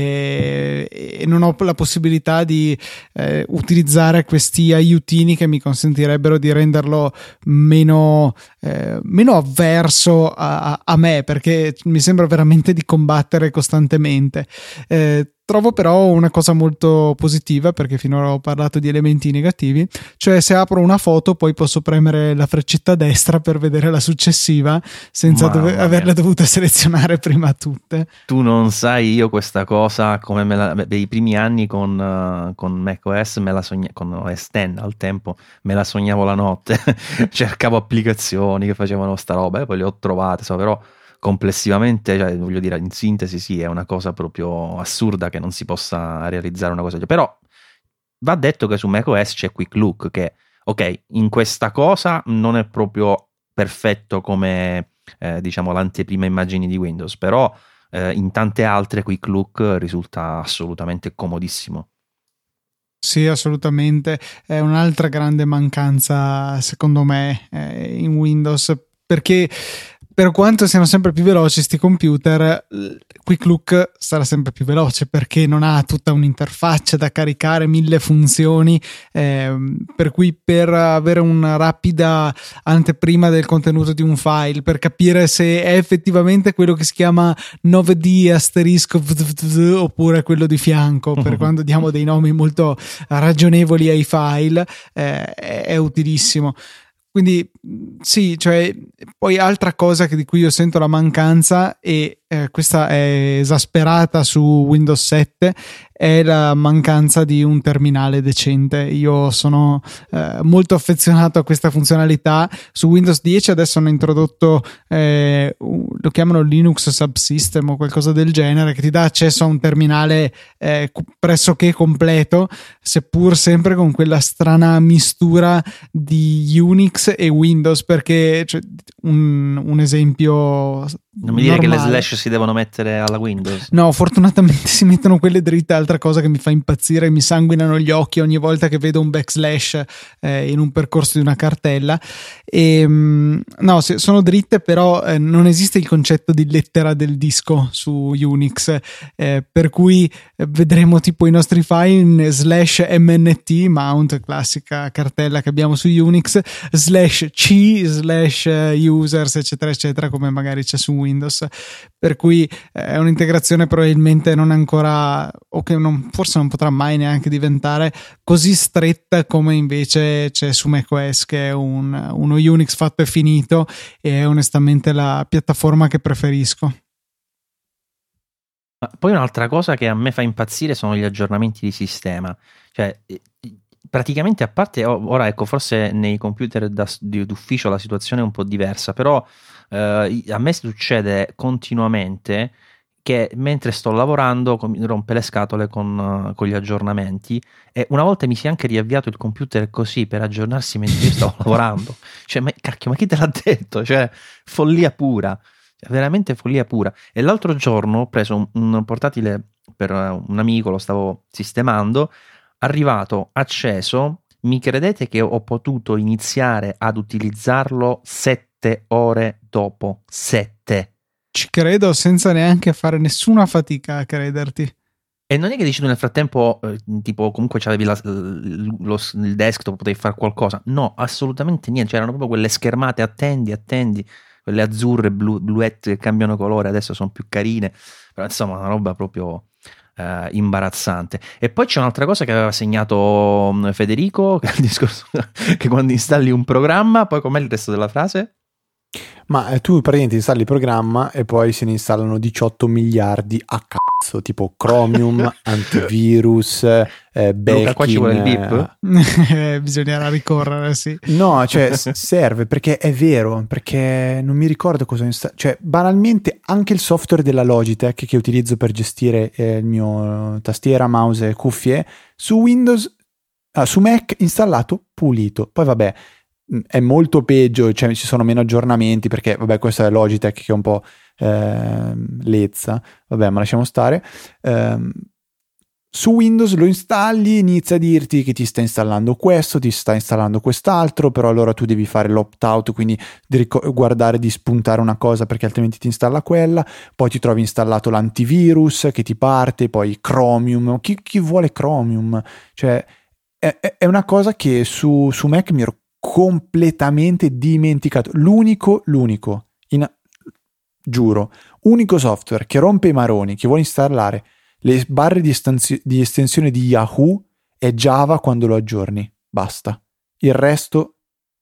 e, e non ho la possibilità di eh, utilizzare questi aiutini che mi consentirebbero di renderlo meno, eh, meno avverso a, a me, perché mi sembra veramente di combattere costantemente. Eh, trovo però una cosa molto positiva, perché finora ho parlato di elementi negativi, cioè se apro una foto poi posso premere la freccetta a destra per vedere la successiva senza dove, averla dovuta selezionare prima tutte. Tu non sai, io questa cosa come me la, beh, i primi anni con, uh, con macOS me la sogna, con O S X al tempo me la sognavo la notte cercavo applicazioni che facevano sta roba e poi le ho trovate, so, però complessivamente, cioè, voglio dire, in sintesi sì, è una cosa proprio assurda che non si possa realizzare una cosa. Però va detto che su macOS c'è Quick Look che, ok, in questa cosa non è proprio perfetto come eh, diciamo l'anteprima immagini di Windows, però eh, in tante altre Quick Look risulta assolutamente comodissimo. Sì, assolutamente, è un'altra grande mancanza secondo me eh, in Windows, perché per quanto siano sempre più veloci sti computer, Quick Look sarà sempre più veloce perché non ha tutta un'interfaccia da caricare, mille funzioni, eh, per cui per avere una rapida anteprima del contenuto di un file, per capire se è effettivamente quello che si chiama nove D asterisco oppure quello di fianco, per quando diamo dei nomi molto ragionevoli ai file, eh, è utilissimo. Quindi sì, cioè poi altra cosa che di cui io sento la mancanza, e eh, questa è esasperata su Windows sette, è la mancanza di un terminale decente. Io sono eh, molto affezionato a questa funzionalità. Su Windows dieci adesso hanno introdotto eh, lo chiamano Linux Subsystem o qualcosa del genere, che ti dà accesso a un terminale eh, pressoché completo, seppur sempre con quella strana mistura di Unix e Windows, perché cioè, un, un esempio Non mi dire normale. che le slash si devono mettere alla Windows. No, fortunatamente si mettono quelle dritte, altra cosa che mi fa impazzire, mi sanguinano gli occhi ogni volta che vedo un backslash eh, in un percorso di una cartella. E, no, sono dritte, però eh, non esiste il concetto di lettera del disco su Unix, eh, per cui vedremo tipo i nostri file in slash mnt mount, classica cartella che abbiamo su Unix, slash c slash users eccetera eccetera, come magari c'è su Windows, per cui è un'integrazione probabilmente non ancora, o che non, forse non potrà mai neanche diventare così stretta come invece c'è su macOS, che è un, uno Unix fatto e finito, e è onestamente la piattaforma che preferisco. Ma poi un'altra cosa che a me fa impazzire sono gli aggiornamenti di sistema, cioè praticamente, a parte ora, ecco, forse nei computer da, di, d'ufficio la situazione è un po' diversa, però eh, a me succede continuamente che mentre sto lavorando mi rompe le scatole con, con gli aggiornamenti, e una volta mi si è anche riavviato il computer così per aggiornarsi mentre io stavo lavorando. Cioè, ma cacchio, ma chi te l'ha detto? Cioè, follia pura, cioè, veramente follia pura. E l'altro giorno ho preso un, un portatile per un amico, lo stavo sistemando, arrivato, acceso, mi credete che ho potuto iniziare ad utilizzarlo sette ore dopo? Sette. Ci credo senza neanche fare nessuna fatica a crederti. E non è che dici tu nel frattempo, eh, tipo, comunque c'avevi la, lo, il desktop, potevi fare qualcosa. No, assolutamente niente. C'erano proprio quelle schermate, attendi, attendi, quelle azzurre, blu, bluette che cambiano colore, adesso sono più carine. Però insomma, una roba proprio eh, imbarazzante. E poi c'è un'altra cosa che aveva segnato Federico, che è il discorso che quando installi un programma, poi com'è il resto della frase? Ma eh, tu praticamente installi il programma e poi se ne installano diciotto miliardi a cazzo, tipo Chromium, antivirus, eh, Becky. Luca, qua ci vuole il beep? Bisognerà ricorrere, sì. No, cioè serve, perché è vero, perché non mi ricordo cosa installare. Cioè, banalmente anche il software della Logitech che utilizzo per gestire eh, il mio tastiera, mouse e cuffie, su Windows, ah, su Mac installato, pulito. Poi vabbè, è molto peggio, cioè ci sono meno aggiornamenti, perché vabbè, questa è Logitech che è un po' eh, lezza, vabbè, ma lasciamo stare. Um, su Windows lo installi, inizia a dirti che ti sta installando questo, ti sta installando quest'altro, però allora tu devi fare l'opt-out, quindi devi guardare di spuntare una cosa perché altrimenti ti installa quella, poi ti trovi installato l'antivirus che ti parte, poi Chromium, chi, chi vuole Chromium? Cioè è, è una cosa che su, su Mac mi ero completamente dimenticato. L'unico, l'unico, in, giuro, unico software che rompe i maroni, che vuole installare le barre di, estensi- di estensione di Yahoo è Java quando lo aggiorni. Basta. Il resto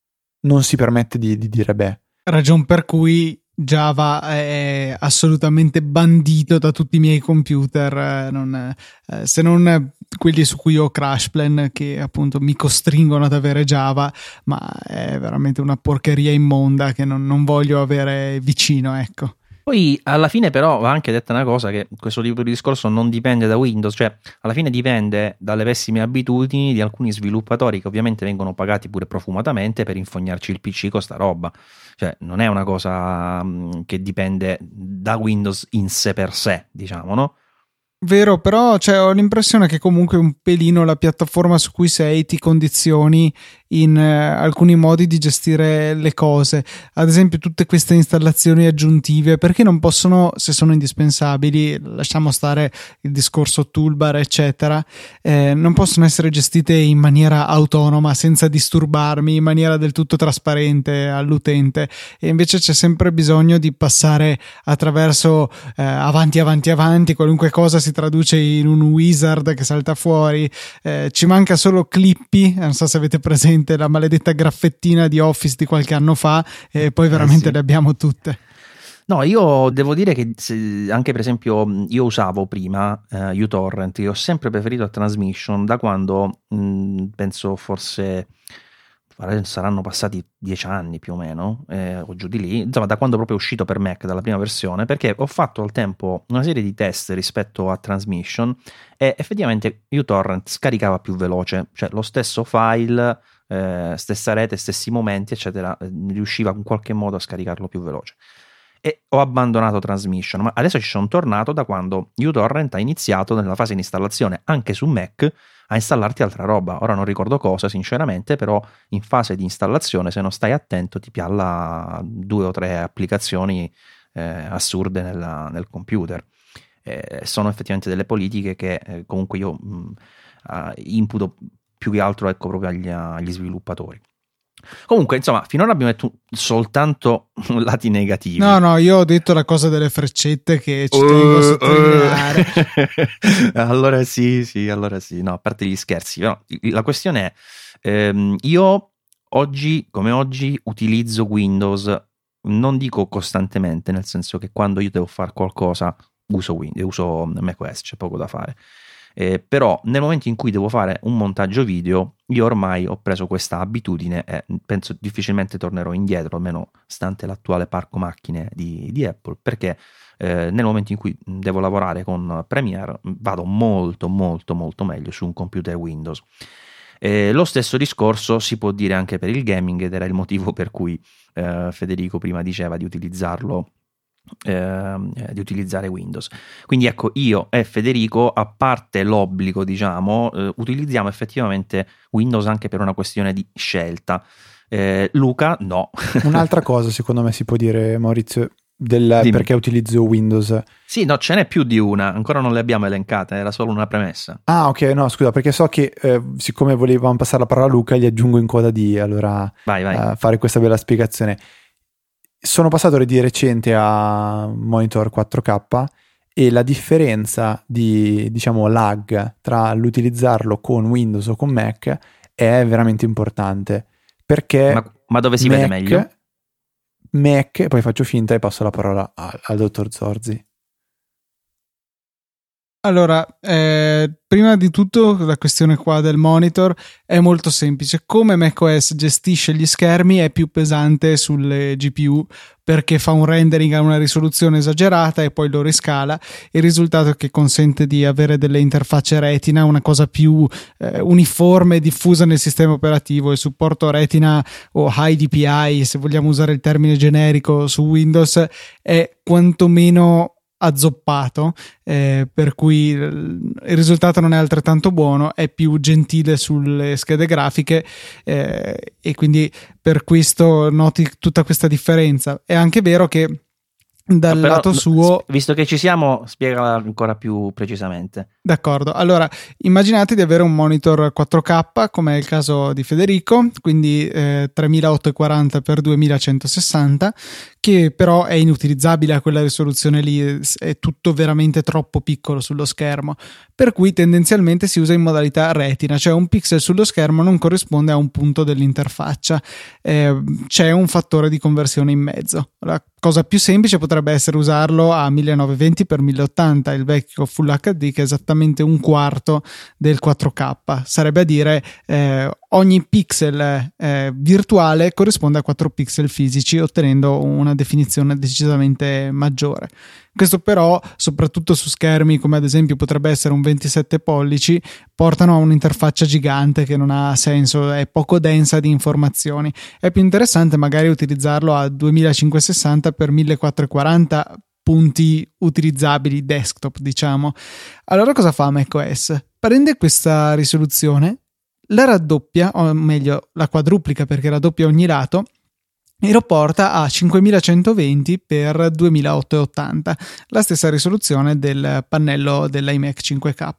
non si permette di, di dire beh. Ragion per cui Java è assolutamente bandito da tutti i miei computer, non, eh, se non quelli su cui ho CrashPlan, che appunto mi costringono ad avere Java, ma è veramente una porcheria immonda che non, non voglio avere vicino, ecco. Poi alla fine però va anche detta una cosa, che questo tipo di discorso non dipende da Windows, cioè alla fine dipende dalle pessime abitudini di alcuni sviluppatori che ovviamente vengono pagati pure profumatamente per infognarci il P C con sta roba, cioè non è una cosa mh, che dipende da Windows in sé per sé, diciamo, no? Vero, però cioè, ho l'impressione che comunque un pelino la piattaforma su cui sei ti condizioni in eh, alcuni modi di gestire le cose. Ad esempio tutte queste installazioni aggiuntive, perché non possono, se sono indispensabili, lasciamo stare il discorso toolbar eccetera, eh, non possono essere gestite in maniera autonoma, senza disturbarmi, in maniera del tutto trasparente all'utente, e invece c'è sempre bisogno di passare attraverso eh, avanti avanti avanti, qualunque cosa si traduce in un wizard che salta fuori, eh, ci manca solo Clippy, non so se avete presente la maledetta graffettina di Office di qualche anno fa, e poi veramente eh sì. Le abbiamo tutte. No, io devo dire che se, anche per esempio io usavo prima eh, uTorrent, io ho sempre preferito a Transmission da quando mh, penso forse saranno passati dieci anni più o meno, eh, o giù di lì, insomma da quando proprio è uscito per Mac dalla prima versione, perché ho fatto al tempo una serie di test rispetto a Transmission e effettivamente uTorrent scaricava più veloce, cioè lo stesso file, eh, stessa rete, stessi momenti eccetera, eh, riusciva in qualche modo a scaricarlo più veloce. e ho abbandonato Transmission, ma adesso ci sono tornato da quando uTorrent ha iniziato nella fase di installazione anche su Mac a installarti altra roba. Ora non ricordo cosa sinceramente, però in fase di installazione, se non stai attento, ti pialla due o tre applicazioni eh, assurde nella, nel computer. Eh, sono effettivamente delle politiche che eh, comunque io mh, uh, imputo più che altro, ecco, proprio agli, agli sviluppatori. Comunque, insomma, finora abbiamo detto soltanto lati negativi. No, no, io ho detto la cosa delle freccette che ci tengo a sottolineare. Allora sì, sì, allora sì. No, a parte gli scherzi, però la questione è, ehm, io oggi, come oggi, utilizzo Windows, non dico costantemente, nel senso che quando io devo fare qualcosa uso Windows, uso macOS, c'è poco da fare. Eh, però nel momento in cui devo fare un montaggio video, io ormai ho preso questa abitudine e penso difficilmente tornerò indietro, almeno stante l'attuale parco macchine di, di Apple, perché eh, nel momento in cui devo lavorare con Premiere vado molto molto molto meglio su un computer Windows. Eh, lo stesso discorso si può dire anche per il gaming, ed era il motivo per cui eh, Federico prima diceva di utilizzarlo Eh, di utilizzare Windows. Quindi ecco, io e Federico, a parte l'obbligo, diciamo, eh, utilizziamo effettivamente Windows anche per una questione di scelta. eh, Luca no. Un'altra cosa secondo me si può dire, Maurizio, del perché utilizzo Windows. Sì, no, ce n'è più di una, ancora non le abbiamo elencate, era solo una premessa. Ah, ok, no, scusa, perché so che eh, siccome volevamo passare la parola a Luca, gli aggiungo in coda di allora vai, vai. Uh, fare questa bella spiegazione. Sono passato di recente a monitor quattro K e la differenza di, diciamo, lag tra l'utilizzarlo con Windows o con Mac è veramente importante, perché ma, ma dove si Mac, vede meglio? Mac, poi faccio finta e passo la parola al, al dottor Zorzi. Allora, eh, prima di tutto la questione qua del monitor è molto semplice. Come macOS gestisce gli schermi è più pesante sulle G P U, perché fa un rendering a una risoluzione esagerata e poi lo riscala. Il risultato è che consente di avere delle interfacce Retina, una cosa più eh, uniforme e diffusa nel sistema operativo. Il supporto Retina o High D P I, se vogliamo usare il termine generico, su Windows è quantomeno azzoppato, eh, per cui il risultato non è altrettanto buono, è più gentile sulle schede grafiche, eh, e quindi per questo noti tutta questa differenza. È anche vero che dal no, però, lato suo, visto che ci siamo, spiegala ancora più precisamente. D'accordo, allora immaginate di avere un monitor quattro K come è il caso di Federico, quindi eh, tremilaottocentoquaranta per duemilacentosessanta, che però è inutilizzabile a quella risoluzione lì, è tutto veramente troppo piccolo sullo schermo, per cui tendenzialmente si usa in modalità retina, cioè un pixel sullo schermo non corrisponde a un punto dell'interfaccia, eh, c'è un fattore di conversione in mezzo. La cosa più semplice potrebbe essere usarlo a millenovecento per mille ottanta, il vecchio Full acca di, che è esattamente un quarto del quattro K, sarebbe a dire eh, ogni pixel eh, virtuale corrisponde a quattro pixel fisici, ottenendo una definizione decisamente maggiore. Questo però, soprattutto su schermi come ad esempio potrebbe essere un ventisette pollici, portano a un'interfaccia gigante che non ha senso, è poco densa di informazioni. È più interessante magari utilizzarlo a duemilacinquecentosessanta per millequattrocentoquaranta punti utilizzabili desktop, diciamo. Allora cosa fa macOS? Prende questa risoluzione, la raddoppia, o meglio la quadruplica perché raddoppia ogni lato, e lo porta a cinquemilacentoventi per duemilaottocentottanta, la stessa risoluzione del pannello dell'iMac cinque K.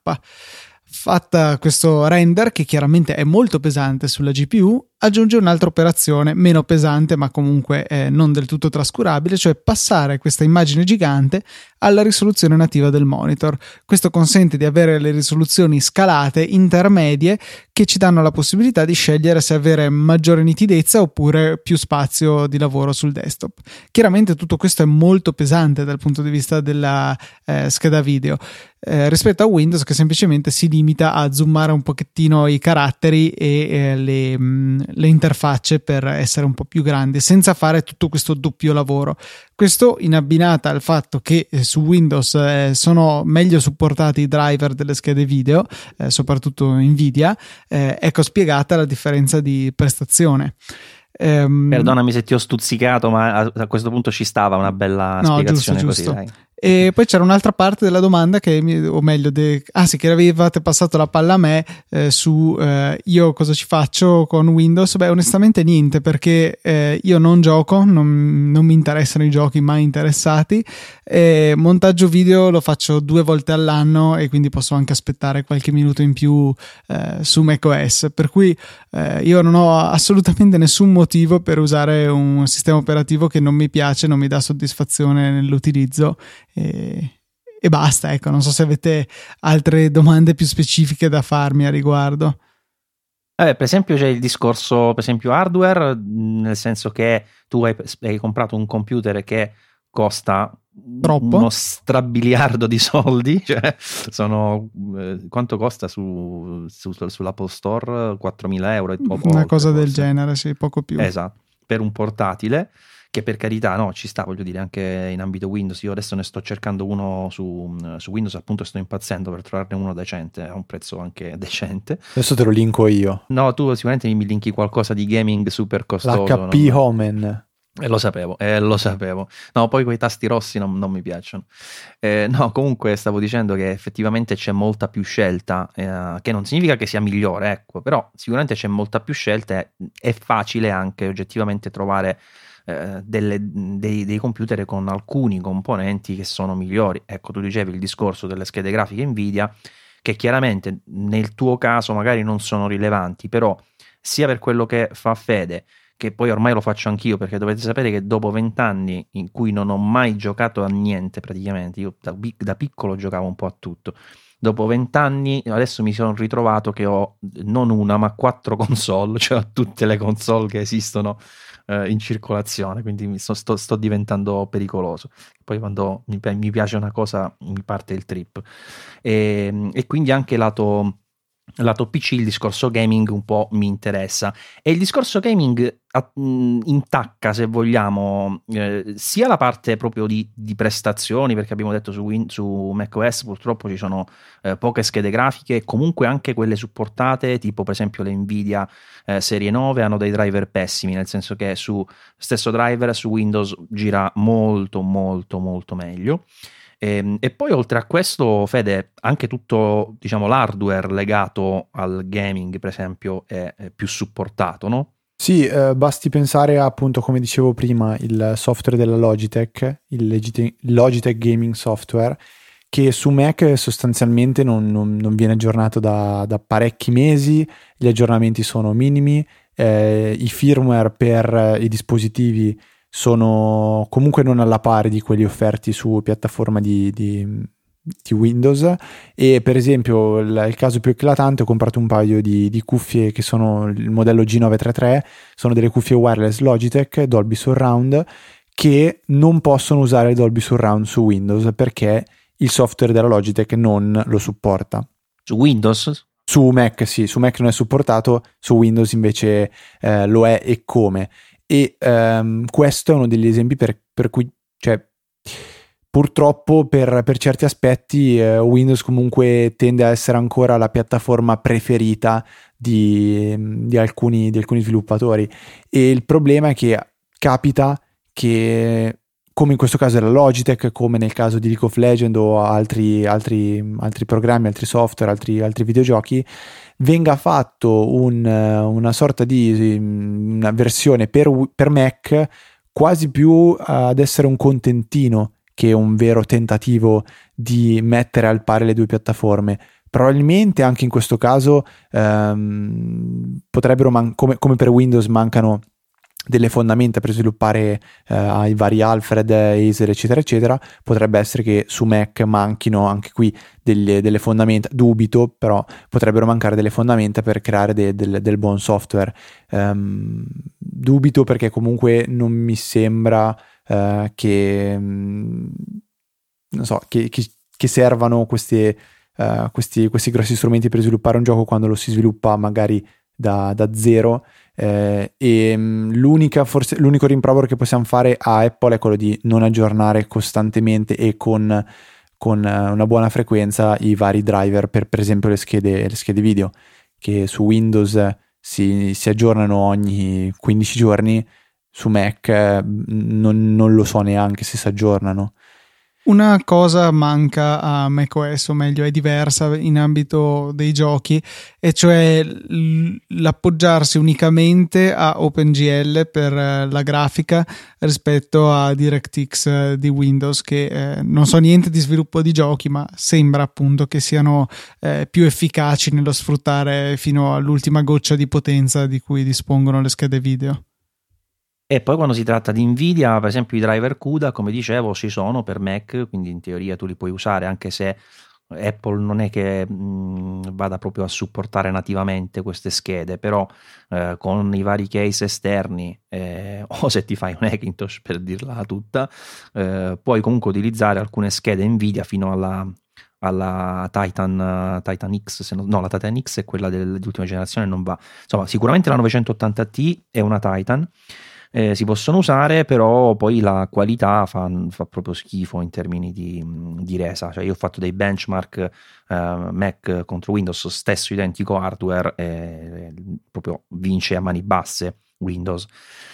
Fatta questo render, che chiaramente è molto pesante sulla G P U, aggiunge un'altra operazione meno pesante ma comunque eh, non del tutto trascurabile, cioè passare questa immagine gigante alla risoluzione nativa del monitor. Questo consente di avere le risoluzioni scalate intermedie che ci danno la possibilità di scegliere se avere maggiore nitidezza oppure più spazio di lavoro sul desktop. Chiaramente tutto questo è molto pesante dal punto di vista della eh, scheda video, eh, rispetto a Windows che semplicemente si limita a zoomare un pochettino i caratteri e eh, le mh, le interfacce per essere un po' più grandi senza fare tutto questo doppio lavoro. Questo in abbinata al fatto che eh, su Windows eh, sono meglio supportati i driver delle schede video, eh, soprattutto Nvidia, eh, ecco spiegata la differenza di prestazione. Ehm, Perdonami se ti ho stuzzicato, ma a, a questo punto ci stava una bella no, spiegazione giusto, così, giusto. dai. E poi c'era un'altra parte della domanda che mi, o meglio de, ah sì, che avevate passato la palla a me eh, su eh, io cosa ci faccio con Windows. Beh, onestamente niente, perché eh, io non gioco, non, non mi interessano i giochi mai interessati, e montaggio video lo faccio due volte all'anno e quindi posso anche aspettare qualche minuto in più eh, su macOS, per cui eh, io non ho assolutamente nessun motivo per usare un sistema operativo che non mi piace, non mi dà soddisfazione nell'utilizzo. E, e basta, ecco. Non so se avete altre domande più specifiche da farmi a riguardo. Eh, per esempio c'è il discorso, per esempio hardware, nel senso che tu hai, hai comprato un computer che costa troppo, uno strabiliardo di soldi, cioè sono eh, quanto costa su, su, sull'Apple Store? quattromila euro, una cosa forse. del genere, sì, poco più. Esatto, per un portatile, che per carità no, ci sta, voglio dire, anche in ambito Windows. Io adesso ne sto cercando uno su, su Windows, appunto sto impazzendo per trovarne uno decente, a un prezzo anche decente. Adesso te lo linko io. No, tu sicuramente mi linki qualcosa di gaming super costoso. L'H P non... Omen. Eh, lo sapevo, eh, lo sapevo. No, poi quei tasti rossi non, non mi piacciono. Eh, no, comunque stavo dicendo che effettivamente c'è molta più scelta, eh, che non significa che sia migliore, ecco, però sicuramente c'è molta più scelta e è facile anche oggettivamente trovare eh, delle, dei, dei computer con alcuni componenti che sono migliori. Ecco, tu dicevi il discorso delle schede grafiche Nvidia, che chiaramente nel tuo caso magari non sono rilevanti, però sia per quello che fa Fede, che poi ormai lo faccio anch'io, perché dovete sapere che dopo vent'anni in cui non ho mai giocato a niente praticamente, io da, da piccolo giocavo un po' a tutto, dopo vent'anni adesso mi sono ritrovato che ho non una ma quattro console, cioè tutte le console che esistono eh, in circolazione, quindi mi sto, sto, sto diventando pericoloso. Poi quando mi, mi piace una cosa mi parte il trip, e, e quindi anche lato lato P C il discorso gaming un po' mi interessa, e il discorso gaming intacca, se vogliamo, eh, sia la parte proprio di, di prestazioni, perché abbiamo detto su, Win- su macOS purtroppo ci sono eh, poche schede grafiche, e comunque anche quelle supportate, tipo per esempio le Nvidia eh, serie nove hanno dei driver pessimi, nel senso che su stesso driver su Windows gira molto molto molto meglio. E, e poi oltre a questo, Fede, anche tutto, diciamo, l'hardware legato al gaming, per esempio, è, è più supportato, no? Sì, eh, basti pensare a, appunto, come dicevo prima, il software della Logitech, il Logitech, Logitech Gaming Software, che su Mac sostanzialmente non, non, non viene aggiornato da, da parecchi mesi, gli aggiornamenti sono minimi, eh, i firmware per i dispositivi sono comunque non alla pari di quelli offerti su piattaforma di, di, di Windows. E per esempio il, il caso più eclatante, ho comprato un paio di, di cuffie che sono il modello G nove trentatré, sono delle cuffie wireless Logitech Dolby Surround, che non possono usare Dolby Surround su Windows perché il software della Logitech non lo supporta. Su Windows? Su Mac sì, su Mac non è supportato, su Windows invece eh, lo è, e come. E um, questo è uno degli esempi per, per cui, cioè, purtroppo per, per certi aspetti eh, Windows comunque tende a essere ancora la piattaforma preferita di, di, alcuni, di alcuni sviluppatori, e il problema è che capita che, come in questo caso era Logitech, come nel caso di League of Legends o altri, altri, altri programmi, altri software, altri, altri videogiochi, venga fatto un, una sorta di una versione per, per Mac quasi più ad essere un contentino che un vero tentativo di mettere al pari le due piattaforme. Probabilmente anche in questo caso ehm, potrebbero, man- come, come per Windows, mancano delle fondamenta per sviluppare eh, i vari Alfred, Acer, eccetera eccetera. Potrebbe essere che su Mac manchino anche qui delle, delle fondamenta, dubito, però potrebbero mancare delle fondamenta per creare de, del, del buon software. Um, dubito perché comunque non mi sembra uh, che um, non so che, che, che servano queste, uh, questi, questi grossi strumenti per sviluppare un gioco quando lo si sviluppa magari da, da zero. Eh, e l'unica, forse l'unico rimprovero che possiamo fare a Apple è quello di non aggiornare costantemente e con, con una buona frequenza i vari driver per per esempio le schede, le schede video, che su Windows si, si aggiornano ogni quindici giorni, su Mac eh, non, non lo so neanche se si aggiornano. Una cosa manca a macOS, o meglio è diversa in ambito dei giochi, e cioè l'appoggiarsi unicamente a OpenGL per la grafica rispetto a DirectX di Windows, che eh, non so niente di sviluppo di giochi, ma sembra appunto che siano eh, più efficaci nello sfruttare fino all'ultima goccia di potenza di cui dispongono le schede video. E poi quando si tratta di Nvidia, per esempio i driver CUDA, come dicevo, ci sono per Mac, quindi in teoria tu li puoi usare, anche se Apple non è che mh, vada proprio a supportare nativamente queste schede, però eh, con i vari case esterni eh, o se ti fai un Hackintosh, per dirla tutta, eh, puoi comunque utilizzare alcune schede Nvidia fino alla, alla Titan, Titan X, se no, no la Titan X è quella dell'ultima generazione, non va, insomma sicuramente la novecentottanta Ti è una Titan. Eh, si possono usare, però poi la qualità fa, fa proprio schifo in termini di, di resa. Cioè io ho fatto dei benchmark eh, Mac contro Windows, stesso identico hardware, e proprio vince a mani basse Windows.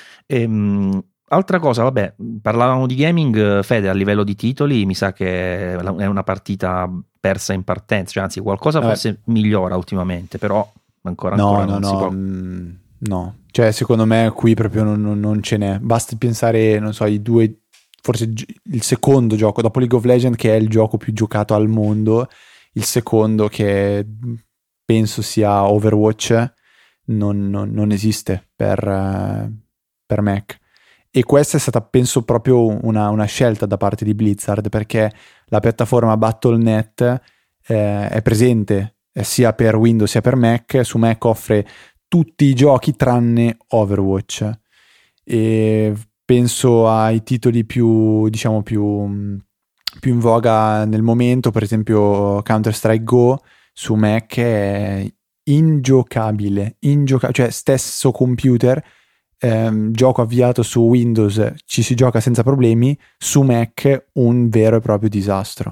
Ehm, altra cosa, vabbè, parlavamo di gaming, Fede, a livello di titoli mi sa che è una partita persa in partenza, cioè, anzi qualcosa Vabbè. forse migliora ultimamente, però ancora, No, ancora no, non si no, può. mm, no. Cioè, secondo me qui proprio non, non- non ce n'è. Basti pensare, non so, i due, forse gi- il secondo gioco, dopo League of Legends, che è il gioco più giocato al mondo, il secondo che penso sia Overwatch, non, non- non esiste per, eh, per Mac. E questa è stata, penso, proprio una, una scelta da parte di Blizzard, perché la piattaforma Battle punto net eh, è presente eh, sia per Windows sia per Mac. Su Mac offre tutti i giochi tranne Overwatch, e penso ai titoli più, diciamo, più, più in voga nel momento, per esempio Counter-Strike Go su Mac è ingiocabile, ingioca- cioè stesso computer, ehm, gioco avviato su Windows ci si gioca senza problemi, su Mac un vero e proprio disastro.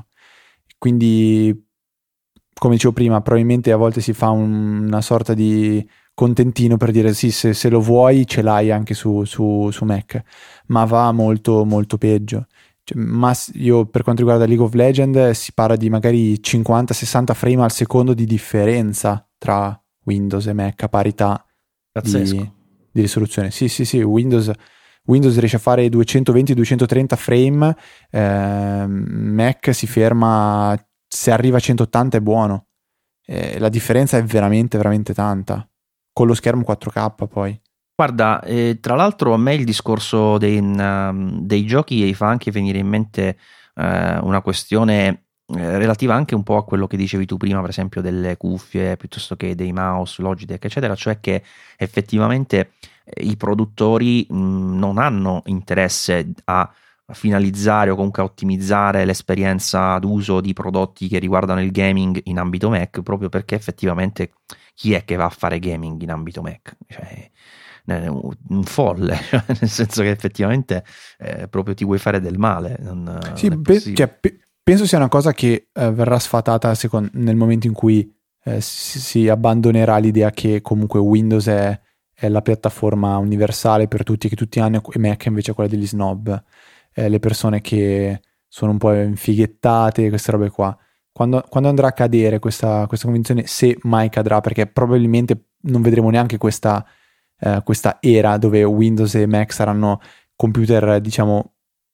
Quindi, come dicevo prima, probabilmente a volte si fa un- una sorta di contentino per dire sì, se, se lo vuoi ce l'hai anche su, su, su Mac, ma va molto molto peggio. Cioè, ma s- io per quanto riguarda League of Legends si parla di magari cinquanta sessanta frame al secondo di differenza tra Windows e Mac a parità Pazzesco. di, di risoluzione. Sì, sì, sì, Windows, Windows riesce a fare duecentoventi duecentotrenta frame, ehm, Mac si ferma, se arriva a centottanta è buono. Eh, la differenza è veramente, veramente tanta. Con lo schermo quattro K poi. Guarda, eh, tra l'altro a me il discorso dei, um, dei giochi fa anche venire in mente eh, una questione eh, relativa anche un po' a quello che dicevi tu prima, per esempio delle cuffie piuttosto che dei mouse, Logitech, eccetera, cioè che effettivamente eh, i produttori mh, non hanno interesse a finalizzare o comunque a ottimizzare l'esperienza d'uso di prodotti che riguardano il gaming in ambito Mac, proprio perché effettivamente chi è che va a fare gaming in ambito Mac? Cioè, eh, un folle, nel senso che effettivamente eh, proprio ti vuoi fare del male. Non, Sì, non è pe- possibile. cioè, pe- penso sia una cosa che eh, verrà sfatata secon- nel momento in cui eh, si, si abbandonerà l'idea che comunque Windows è, è la piattaforma universale per tutti, che tutti hanno, e Mac invece è quella degli snob, eh, le persone che sono un po' infighettate, queste robe qua. Quando, quando andrà a cadere questa, questa convinzione, se mai cadrà, perché probabilmente non vedremo neanche questa, eh, questa era dove Windows e Mac saranno computer, diciamo,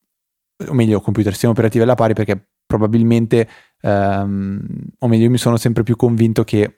o meglio, computer, sistemi operativi alla pari, perché probabilmente, ehm, o meglio, io mi sono sempre più convinto che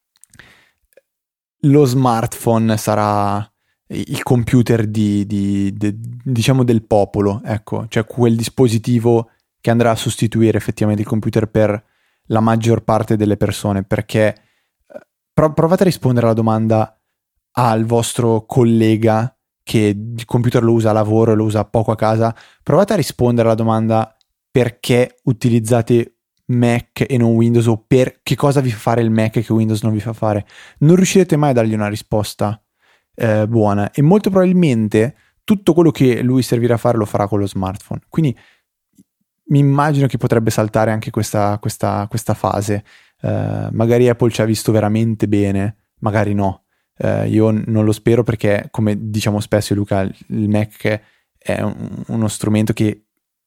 lo smartphone sarà il computer di, di- di- diciamo del popolo, ecco, cioè quel dispositivo che andrà a sostituire effettivamente il computer per la maggior parte delle persone, perché eh, pro- provate a rispondere alla domanda al vostro collega che il computer lo usa a lavoro e lo usa poco a casa, provate a rispondere alla domanda perché utilizzate Mac e non Windows, o per che cosa vi fa fare il Mac che Windows non vi fa fare. Non riuscirete mai a dargli una risposta eh, buona, e molto probabilmente tutto quello che lui servirà a fare lo farà con lo smartphone. Quindi mi immagino che potrebbe saltare anche questa, questa, questa fase. Eh, magari Apple ci ha visto veramente bene, magari no. Uh, io non lo spero perché, come diciamo spesso Luca, il Mac è un, uno strumento che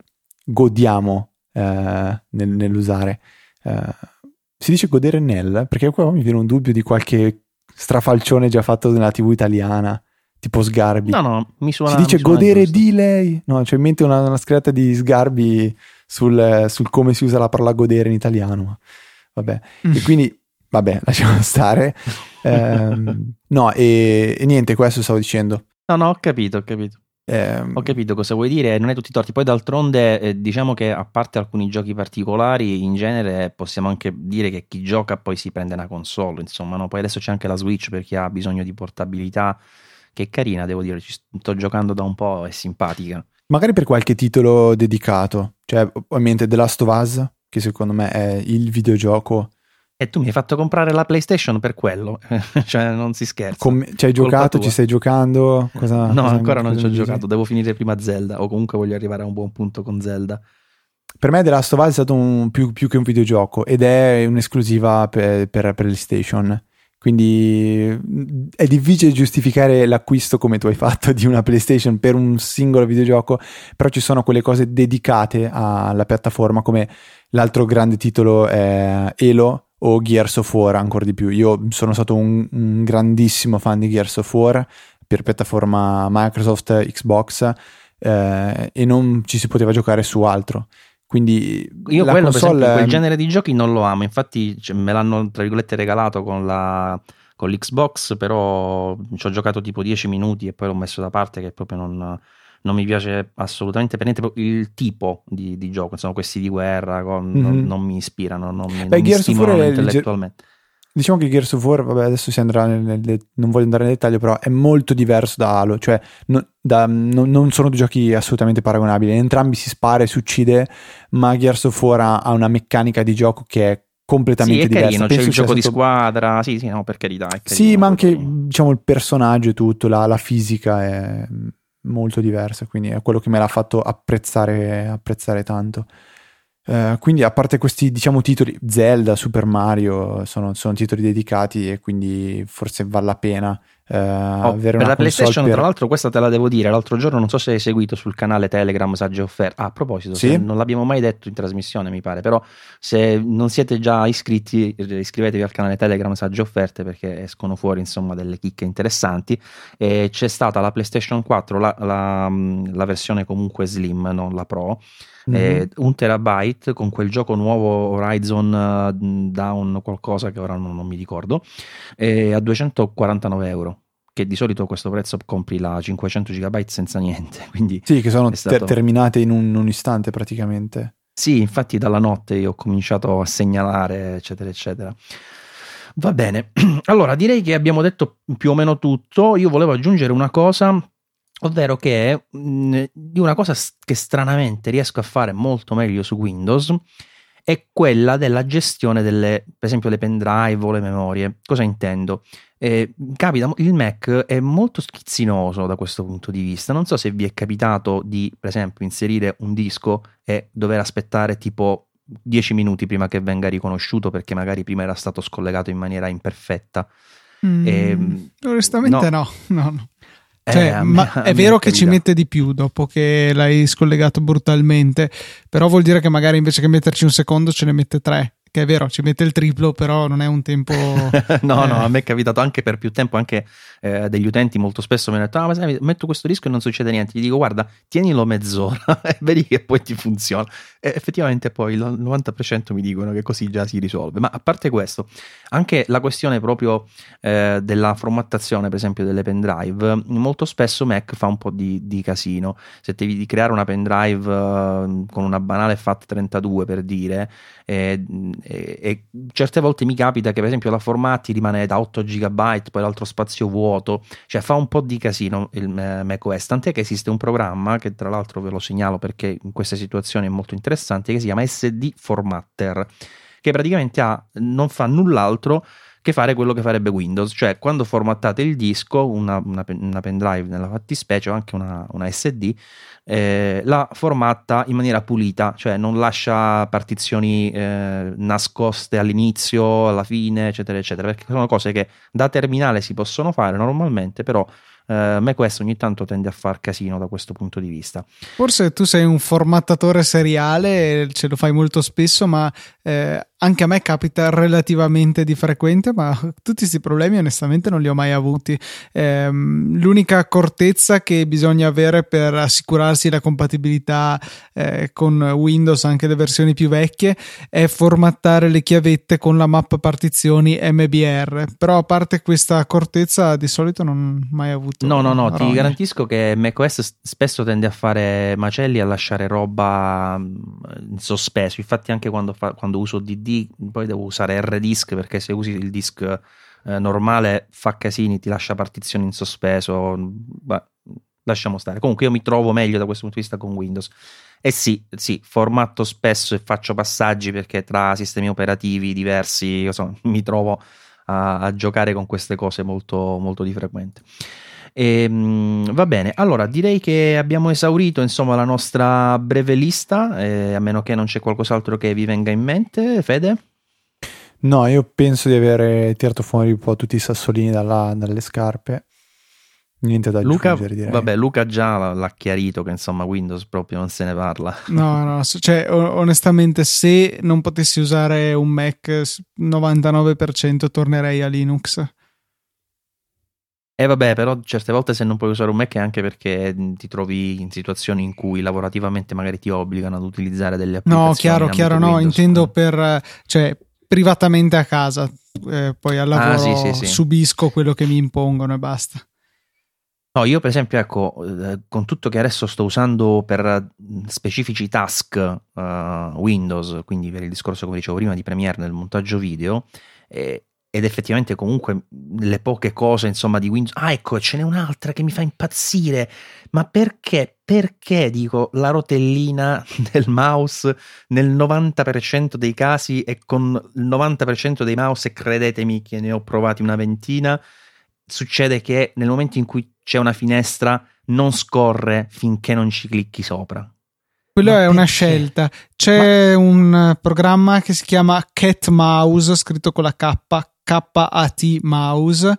godiamo uh, nel, nell'usare. Uh, si dice godere nel? Perché qua mi viene un dubbio di qualche strafalcione già fatto nella tivù italiana, tipo Sgarbi. No, no, mi suona. Si dice mi suona godere giusto. di lei. No, c'è in mente una, una scritta di Sgarbi sul, sul come si usa la parola godere in italiano. Vabbè, mm. e quindi vabbè, lasciamo stare. um, no, e, e niente, questo stavo dicendo. No, no, ho capito, ho capito. Um, ho capito cosa vuoi dire, non è tutti i torti. Poi d'altronde eh, diciamo che a parte alcuni giochi particolari, in genere possiamo anche dire che chi gioca poi si prende una console, insomma, no? Poi adesso c'è anche la Switch per chi ha bisogno di portabilità, che è carina, devo dire, ci sto giocando da un po', è simpatica. Magari per qualche titolo dedicato, cioè ovviamente The Last of Us, che secondo me è il videogioco. E tu mi hai fatto comprare la PlayStation per quello, cioè non si scherza. Com- ci hai giocato, ci stai giocando? Cosa, no, cosa ancora non ci ho dici? giocato, devo finire prima Zelda, o comunque voglio arrivare a un buon punto con Zelda. Per me The Last of Us è stato un, più, più che un videogioco ed è un'esclusiva per, per PlayStation. Quindi è difficile giustificare l'acquisto come tu hai fatto di una PlayStation per un singolo videogioco, però ci sono quelle cose dedicate alla piattaforma, come l'altro grande titolo è Halo o Gears of War, ancora di più. Io sono stato un, un grandissimo fan di Gears of War per piattaforma Microsoft, Xbox, eh, e non ci si poteva giocare su altro. Quindi io la quello console... per esempio, quel genere di giochi non lo amo, infatti cioè, me l'hanno tra virgolette regalato con la con l'Xbox, però ci ho giocato tipo dieci minuti e poi l'ho messo da parte, che proprio non, non mi piace assolutamente per niente il tipo di, di gioco, insomma questi di guerra con, mm-hmm. non, non mi ispirano, non mi, non mi stimolano intellettualmente. Diciamo che Gears of War, vabbè, adesso si andrà nel, nel, non voglio andare nel dettaglio, però è molto diverso da Halo, cioè no, da, no, non sono due giochi assolutamente paragonabili, entrambi si spara e si uccide, ma Gears of War ha, ha una meccanica di gioco che è completamente sì, è diversa. Carino, Penso c'è il gioco stato... di squadra, sì, sì, no, per carità. È carino, sì, ma anche carino. Diciamo il personaggio e tutto, la, la fisica è molto diversa, quindi è quello che me l'ha fatto apprezzare, apprezzare tanto. Uh, quindi a parte questi diciamo titoli, Zelda, Super Mario sono, sono titoli dedicati e quindi forse vale la pena uh, oh, avere per una la PlayStation per... tra l'altro questa te la devo dire, l'altro giorno non so se hai seguito sul canale Telegram Sagge Offerte, ah, a proposito sì? se non l'abbiamo mai detto in trasmissione mi pare, però se non siete già iscritti iscrivetevi al canale Telegram Sagge Offerte perché escono fuori insomma delle chicche interessanti. E c'è stata la PlayStation quattro, la, la, la versione comunque slim, non la Pro, mm-hmm. eh, un terabyte con quel gioco nuovo Horizon uh, Down qualcosa che ora non, non mi ricordo, eh, a duecentoquarantanove euro, che di solito a questo prezzo compri la cinquecento gigabyte senza niente, quindi sì, che sono stato... ter- terminate in un, un istante praticamente. Sì, infatti dalla notte io ho cominciato a segnalare eccetera eccetera. Va bene, allora direi che abbiamo detto più o meno tutto. Io volevo aggiungere una cosa, ovvero che mh, di una cosa che stranamente riesco a fare molto meglio su Windows è quella della gestione delle, per esempio le pendrive o le memorie. Cosa intendo? Eh, capita, il Mac è molto schizzinoso da questo punto di vista. Non so se vi è capitato di, per esempio, inserire un disco e dover aspettare tipo dieci minuti prima che venga riconosciuto perché magari prima era stato scollegato in maniera imperfetta. Mm, e, onestamente no, no, no. no. Cioè, eh, ma me, è vero che ci mette di più dopo che l'hai scollegato brutalmente, però vuol dire che magari invece che metterci un secondo ce ne mette tre, che è vero, ci mette il triplo, però non è un tempo no eh. no, a me è capitato anche per più tempo, anche eh, degli utenti molto spesso mi hanno detto ah ma sai, metto questo disco e non succede niente, gli dico guarda tienilo mezz'ora e vedi che poi ti funziona, e effettivamente poi il novanta per cento mi dicono che così già si risolve. Ma a parte questo, anche la questione proprio eh, della formattazione per esempio delle pendrive, molto spesso Mac fa un po' di, di casino. Se devi creare una pendrive eh, con una banale FAT trentadue per dire, e, e, e certe volte mi capita che per esempio la formatti rimane da otto giga byte, poi l'altro spazio vuoto, cioè fa un po' di casino il macOS, tant'è che esiste un programma che tra l'altro ve lo segnalo perché in queste situazioni è molto interessante, che si chiama S D Formatter, che praticamente ha, non fa null'altro che fare quello che farebbe Windows, cioè quando formattate il disco, una, una, una pendrive nella fattispecie o anche una, una S D, eh, la formatta in maniera pulita, cioè non lascia partizioni eh, nascoste all'inizio, alla fine, eccetera eccetera, perché sono cose che da terminale si possono fare normalmente, però Uh, macOS ogni tanto tende a far casino da questo punto di vista. Forse tu sei un formattatore seriale, ce lo fai molto spesso, ma eh, anche a me capita relativamente di frequente, ma tutti questi problemi onestamente non li ho mai avuti. Eh, l'unica accortezza che bisogna avere per assicurarsi la compatibilità eh, con Windows, anche le versioni più vecchie, è formattare le chiavette con la mappa partizioni M B R, però a parte questa accortezza di solito non ho mai avuto. No, no, no, rogne. Ti garantisco che macOS spesso tende a fare macelli, a lasciare roba in sospeso. Infatti anche quando, fa, quando uso D D poi devo usare R disk, perché se usi il disk eh, normale fa casini, ti lascia partizioni in sospeso. Beh, lasciamo stare. Comunque io mi trovo meglio da questo punto di vista con Windows. E sì, sì, formatto spesso e faccio passaggi perché tra sistemi operativi diversi insomma, mi trovo a, a giocare con queste cose molto, molto di frequente. E, mh, va bene, allora direi che abbiamo esaurito insomma la nostra breve lista, eh, a meno che non c'è qualcos'altro che vi venga in mente. Fede? No, io penso di aver tirato fuori un po' tutti i sassolini dalla, dalle scarpe. Niente da Luca, aggiungere, direi. Vabbè, Luca già l'ha chiarito che insomma Windows proprio non se ne parla. No, no, cioè onestamente se non potessi usare un Mac novantanove per cento tornerei a Linux. E eh vabbè, però certe volte se non puoi usare un Mac è anche perché ti trovi in situazioni in cui lavorativamente magari ti obbligano ad utilizzare delle applicazioni. No, chiaro, chiaro, no, Windows. intendo per, cioè, privatamente a casa, eh, poi al lavoro ah, sì, sì, sì. subisco quello che mi impongono e basta. No, io per esempio, ecco, con tutto che adesso sto usando per specifici task uh, Windows, quindi per il discorso, come dicevo prima, di Premiere nel montaggio video, eh, ed effettivamente comunque le poche cose insomma di Windows, ah ecco ce n'è un'altra che mi fa impazzire, ma perché perché dico la rotellina del mouse nel novanta per cento dei casi e con il novanta per cento dei mouse, e credetemi che ne ho provati una ventina, succede che nel momento in cui c'è una finestra non scorre finché non ci clicchi sopra. Quello Ma è perché? una scelta. C'è Ma... un programma che si chiama Cat Mouse, scritto con la K, K A T Mouse,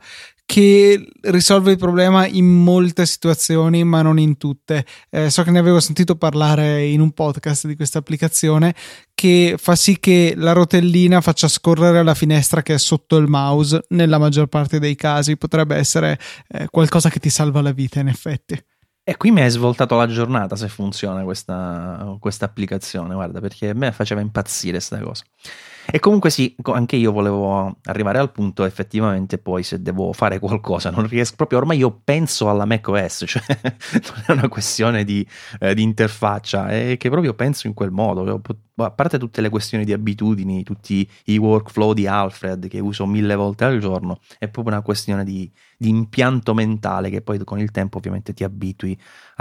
che risolve il problema in molte situazioni, ma non in tutte. Eh, so che ne avevo sentito parlare in un podcast di questa applicazione, che fa sì che la rotellina faccia scorrere la finestra che è sotto il mouse. Nella maggior parte dei casi potrebbe essere eh, qualcosa che ti salva la vita, in effetti. E qui mi hai svoltato la giornata se funziona questa, questa applicazione, guarda, perché a me faceva impazzire sta cosa. E comunque sì, anche io volevo arrivare al punto, effettivamente poi se devo fare qualcosa non riesco proprio, ormai io penso alla macOS, cioè non è una questione di, eh, di interfaccia, è che proprio penso in quel modo, a parte tutte le questioni di abitudini, tutti i workflow di Alfred che uso mille volte al giorno, è proprio una questione di, di impianto mentale che poi con il tempo ovviamente ti abitui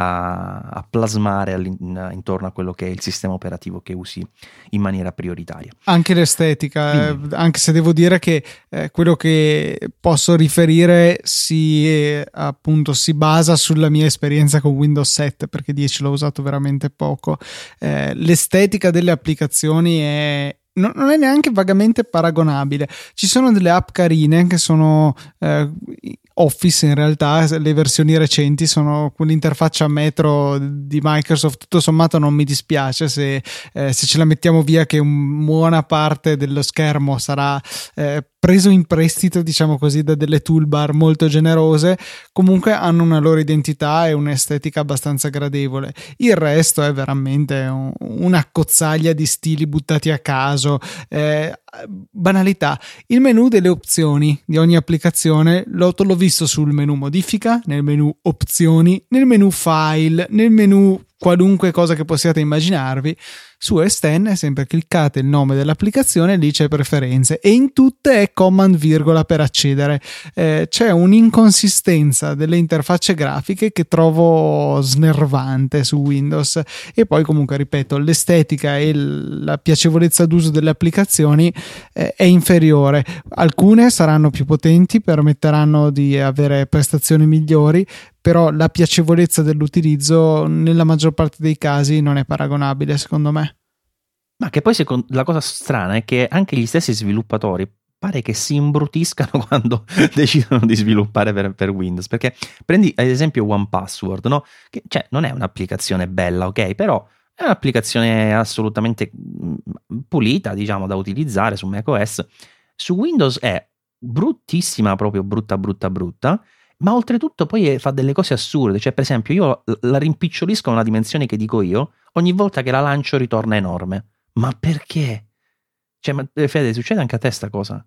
a, a plasmare intorno a quello che è il sistema operativo che usi in maniera prioritaria. Anche l'estetica, eh, anche se devo dire che eh, quello che posso riferire si eh, appunto si basa sulla mia esperienza con Windows sette, perché dieci l'ho usato veramente poco. Eh, l'estetica delle applicazioni è non è neanche vagamente paragonabile. Ci sono delle app carine che sono eh, Office, in realtà le versioni recenti sono quell'interfaccia Metro di Microsoft, tutto sommato non mi dispiace se, eh, se ce la mettiamo via che un buona parte dello schermo sarà eh, preso in prestito, diciamo così, da delle toolbar molto generose. Comunque hanno una loro identità e un'estetica abbastanza gradevole. Il resto è veramente un, una cozzaglia di stili buttati a caso, eh, banalità. Il menu delle opzioni di ogni applicazione l'ho, l'ho visto sul menu modifica, nel menu opzioni, nel menu file, nel menu qualunque cosa che possiate immaginarvi. Su S ten sempre cliccate il nome dell'applicazione e lì c'è preferenze, e in tutte è command virgola per accedere. Eh, c'è un'inconsistenza delle interfacce grafiche che trovo snervante su Windows, e poi comunque ripeto, l'estetica e la piacevolezza d'uso delle applicazioni eh, è inferiore. Alcune saranno più potenti, permetteranno di avere prestazioni migliori, però la piacevolezza dell'utilizzo nella maggior parte dei casi non è paragonabile, secondo me. Ma che poi secondo, la cosa strana è che anche gli stessi sviluppatori pare che si imbrutiscano quando decidono di sviluppare per, per Windows, perché prendi ad esempio one password, no? Che cioè non è un'applicazione bella, ok, però è un'applicazione assolutamente pulita, diciamo, da utilizzare su macOS. Su Windows è bruttissima, proprio brutta brutta brutta, ma oltretutto poi fa delle cose assurde. Cioè, per esempio, io la rimpicciolisco a una dimensione che dico io, ogni volta che la lancio ritorna enorme. Ma perché? Cioè, ma, Fede, succede anche a te sta cosa?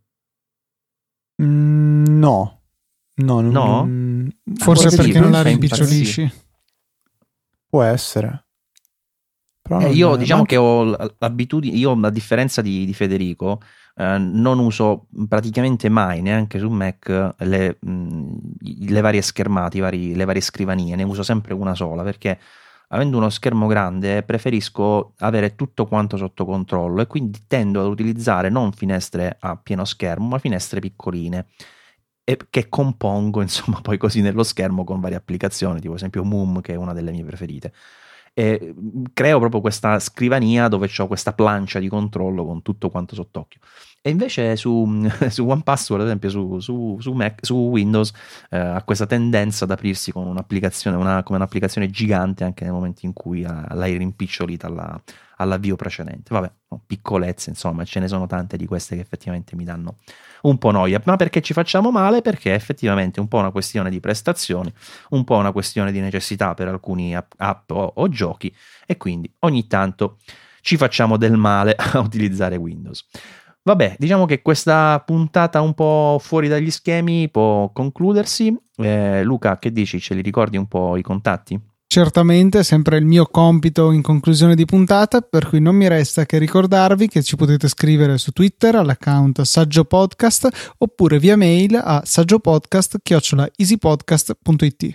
Mm, no. No? Non, no? Non... Forse sì, perché non la impazzire. rimpicciolisci. Può essere. Però Eh, io è... diciamo anche... che ho l'abitudine, io a differenza di, di Federico, eh, non uso praticamente mai, neanche su Mac, le, mh, le varie schermate, i vari, le varie scrivanie, ne uso sempre una sola, perché avendo uno schermo grande preferisco avere tutto quanto sotto controllo, e quindi tendo ad utilizzare non finestre a pieno schermo, ma finestre piccoline, e che compongo insomma poi così nello schermo con varie applicazioni, tipo ad esempio Moom, che è una delle mie preferite. E creo proprio questa scrivania dove ho questa plancia di controllo con tutto quanto sott'occhio. E invece su, su one password, ad esempio su, su, su, Mac, su Windows, eh, ha questa tendenza ad aprirsi con un'applicazione, una, come un'applicazione gigante anche nel momento in cui ha, l'hai rimpicciolita alla, all'avvio precedente. Vabbè, piccolezze, insomma, ce ne sono tante di queste che effettivamente mi danno un po' noia, ma perché ci facciamo male? Perché effettivamente è un po' una questione di prestazioni, un po' una questione di necessità per alcuni app, app o, o giochi, e quindi ogni tanto ci facciamo del male a utilizzare Windows. Vabbè, diciamo che questa puntata un po' fuori dagli schemi può concludersi. Eh, Luca, che dici? Ce li ricordi un po' i contatti? Certamente, è sempre il mio compito in conclusione di puntata, per cui non mi resta che ricordarvi che ci potete scrivere su Twitter all'account Saggio Podcast, oppure via mail a saggiopodcast chiocciola easypodcast punto it.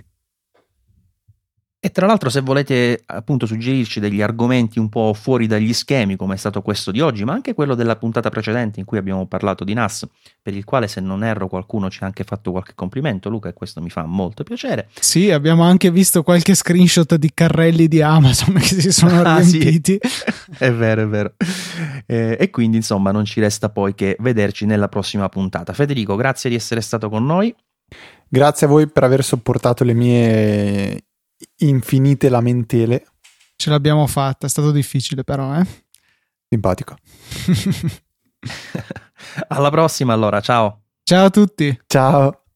E tra l'altro, se volete appunto suggerirci degli argomenti un po' fuori dagli schemi, come è stato questo di oggi, ma anche quello della puntata precedente in cui abbiamo parlato di N A S, per il quale, se non erro, qualcuno ci ha anche fatto qualche complimento, Luca, e questo mi fa molto piacere. Sì, abbiamo anche visto qualche screenshot di carrelli di Amazon che si sono ah, riempiti. Sì. È vero, è vero. Eh, e quindi, insomma, non ci resta poi che vederci nella prossima puntata. Federico, grazie di essere stato con noi. Grazie a voi per aver sopportato le mie infinite lamentele. Ce l'abbiamo fatta, è stato difficile però, eh? Simpatico. Alla prossima allora, ciao. Ciao a tutti. Ciao.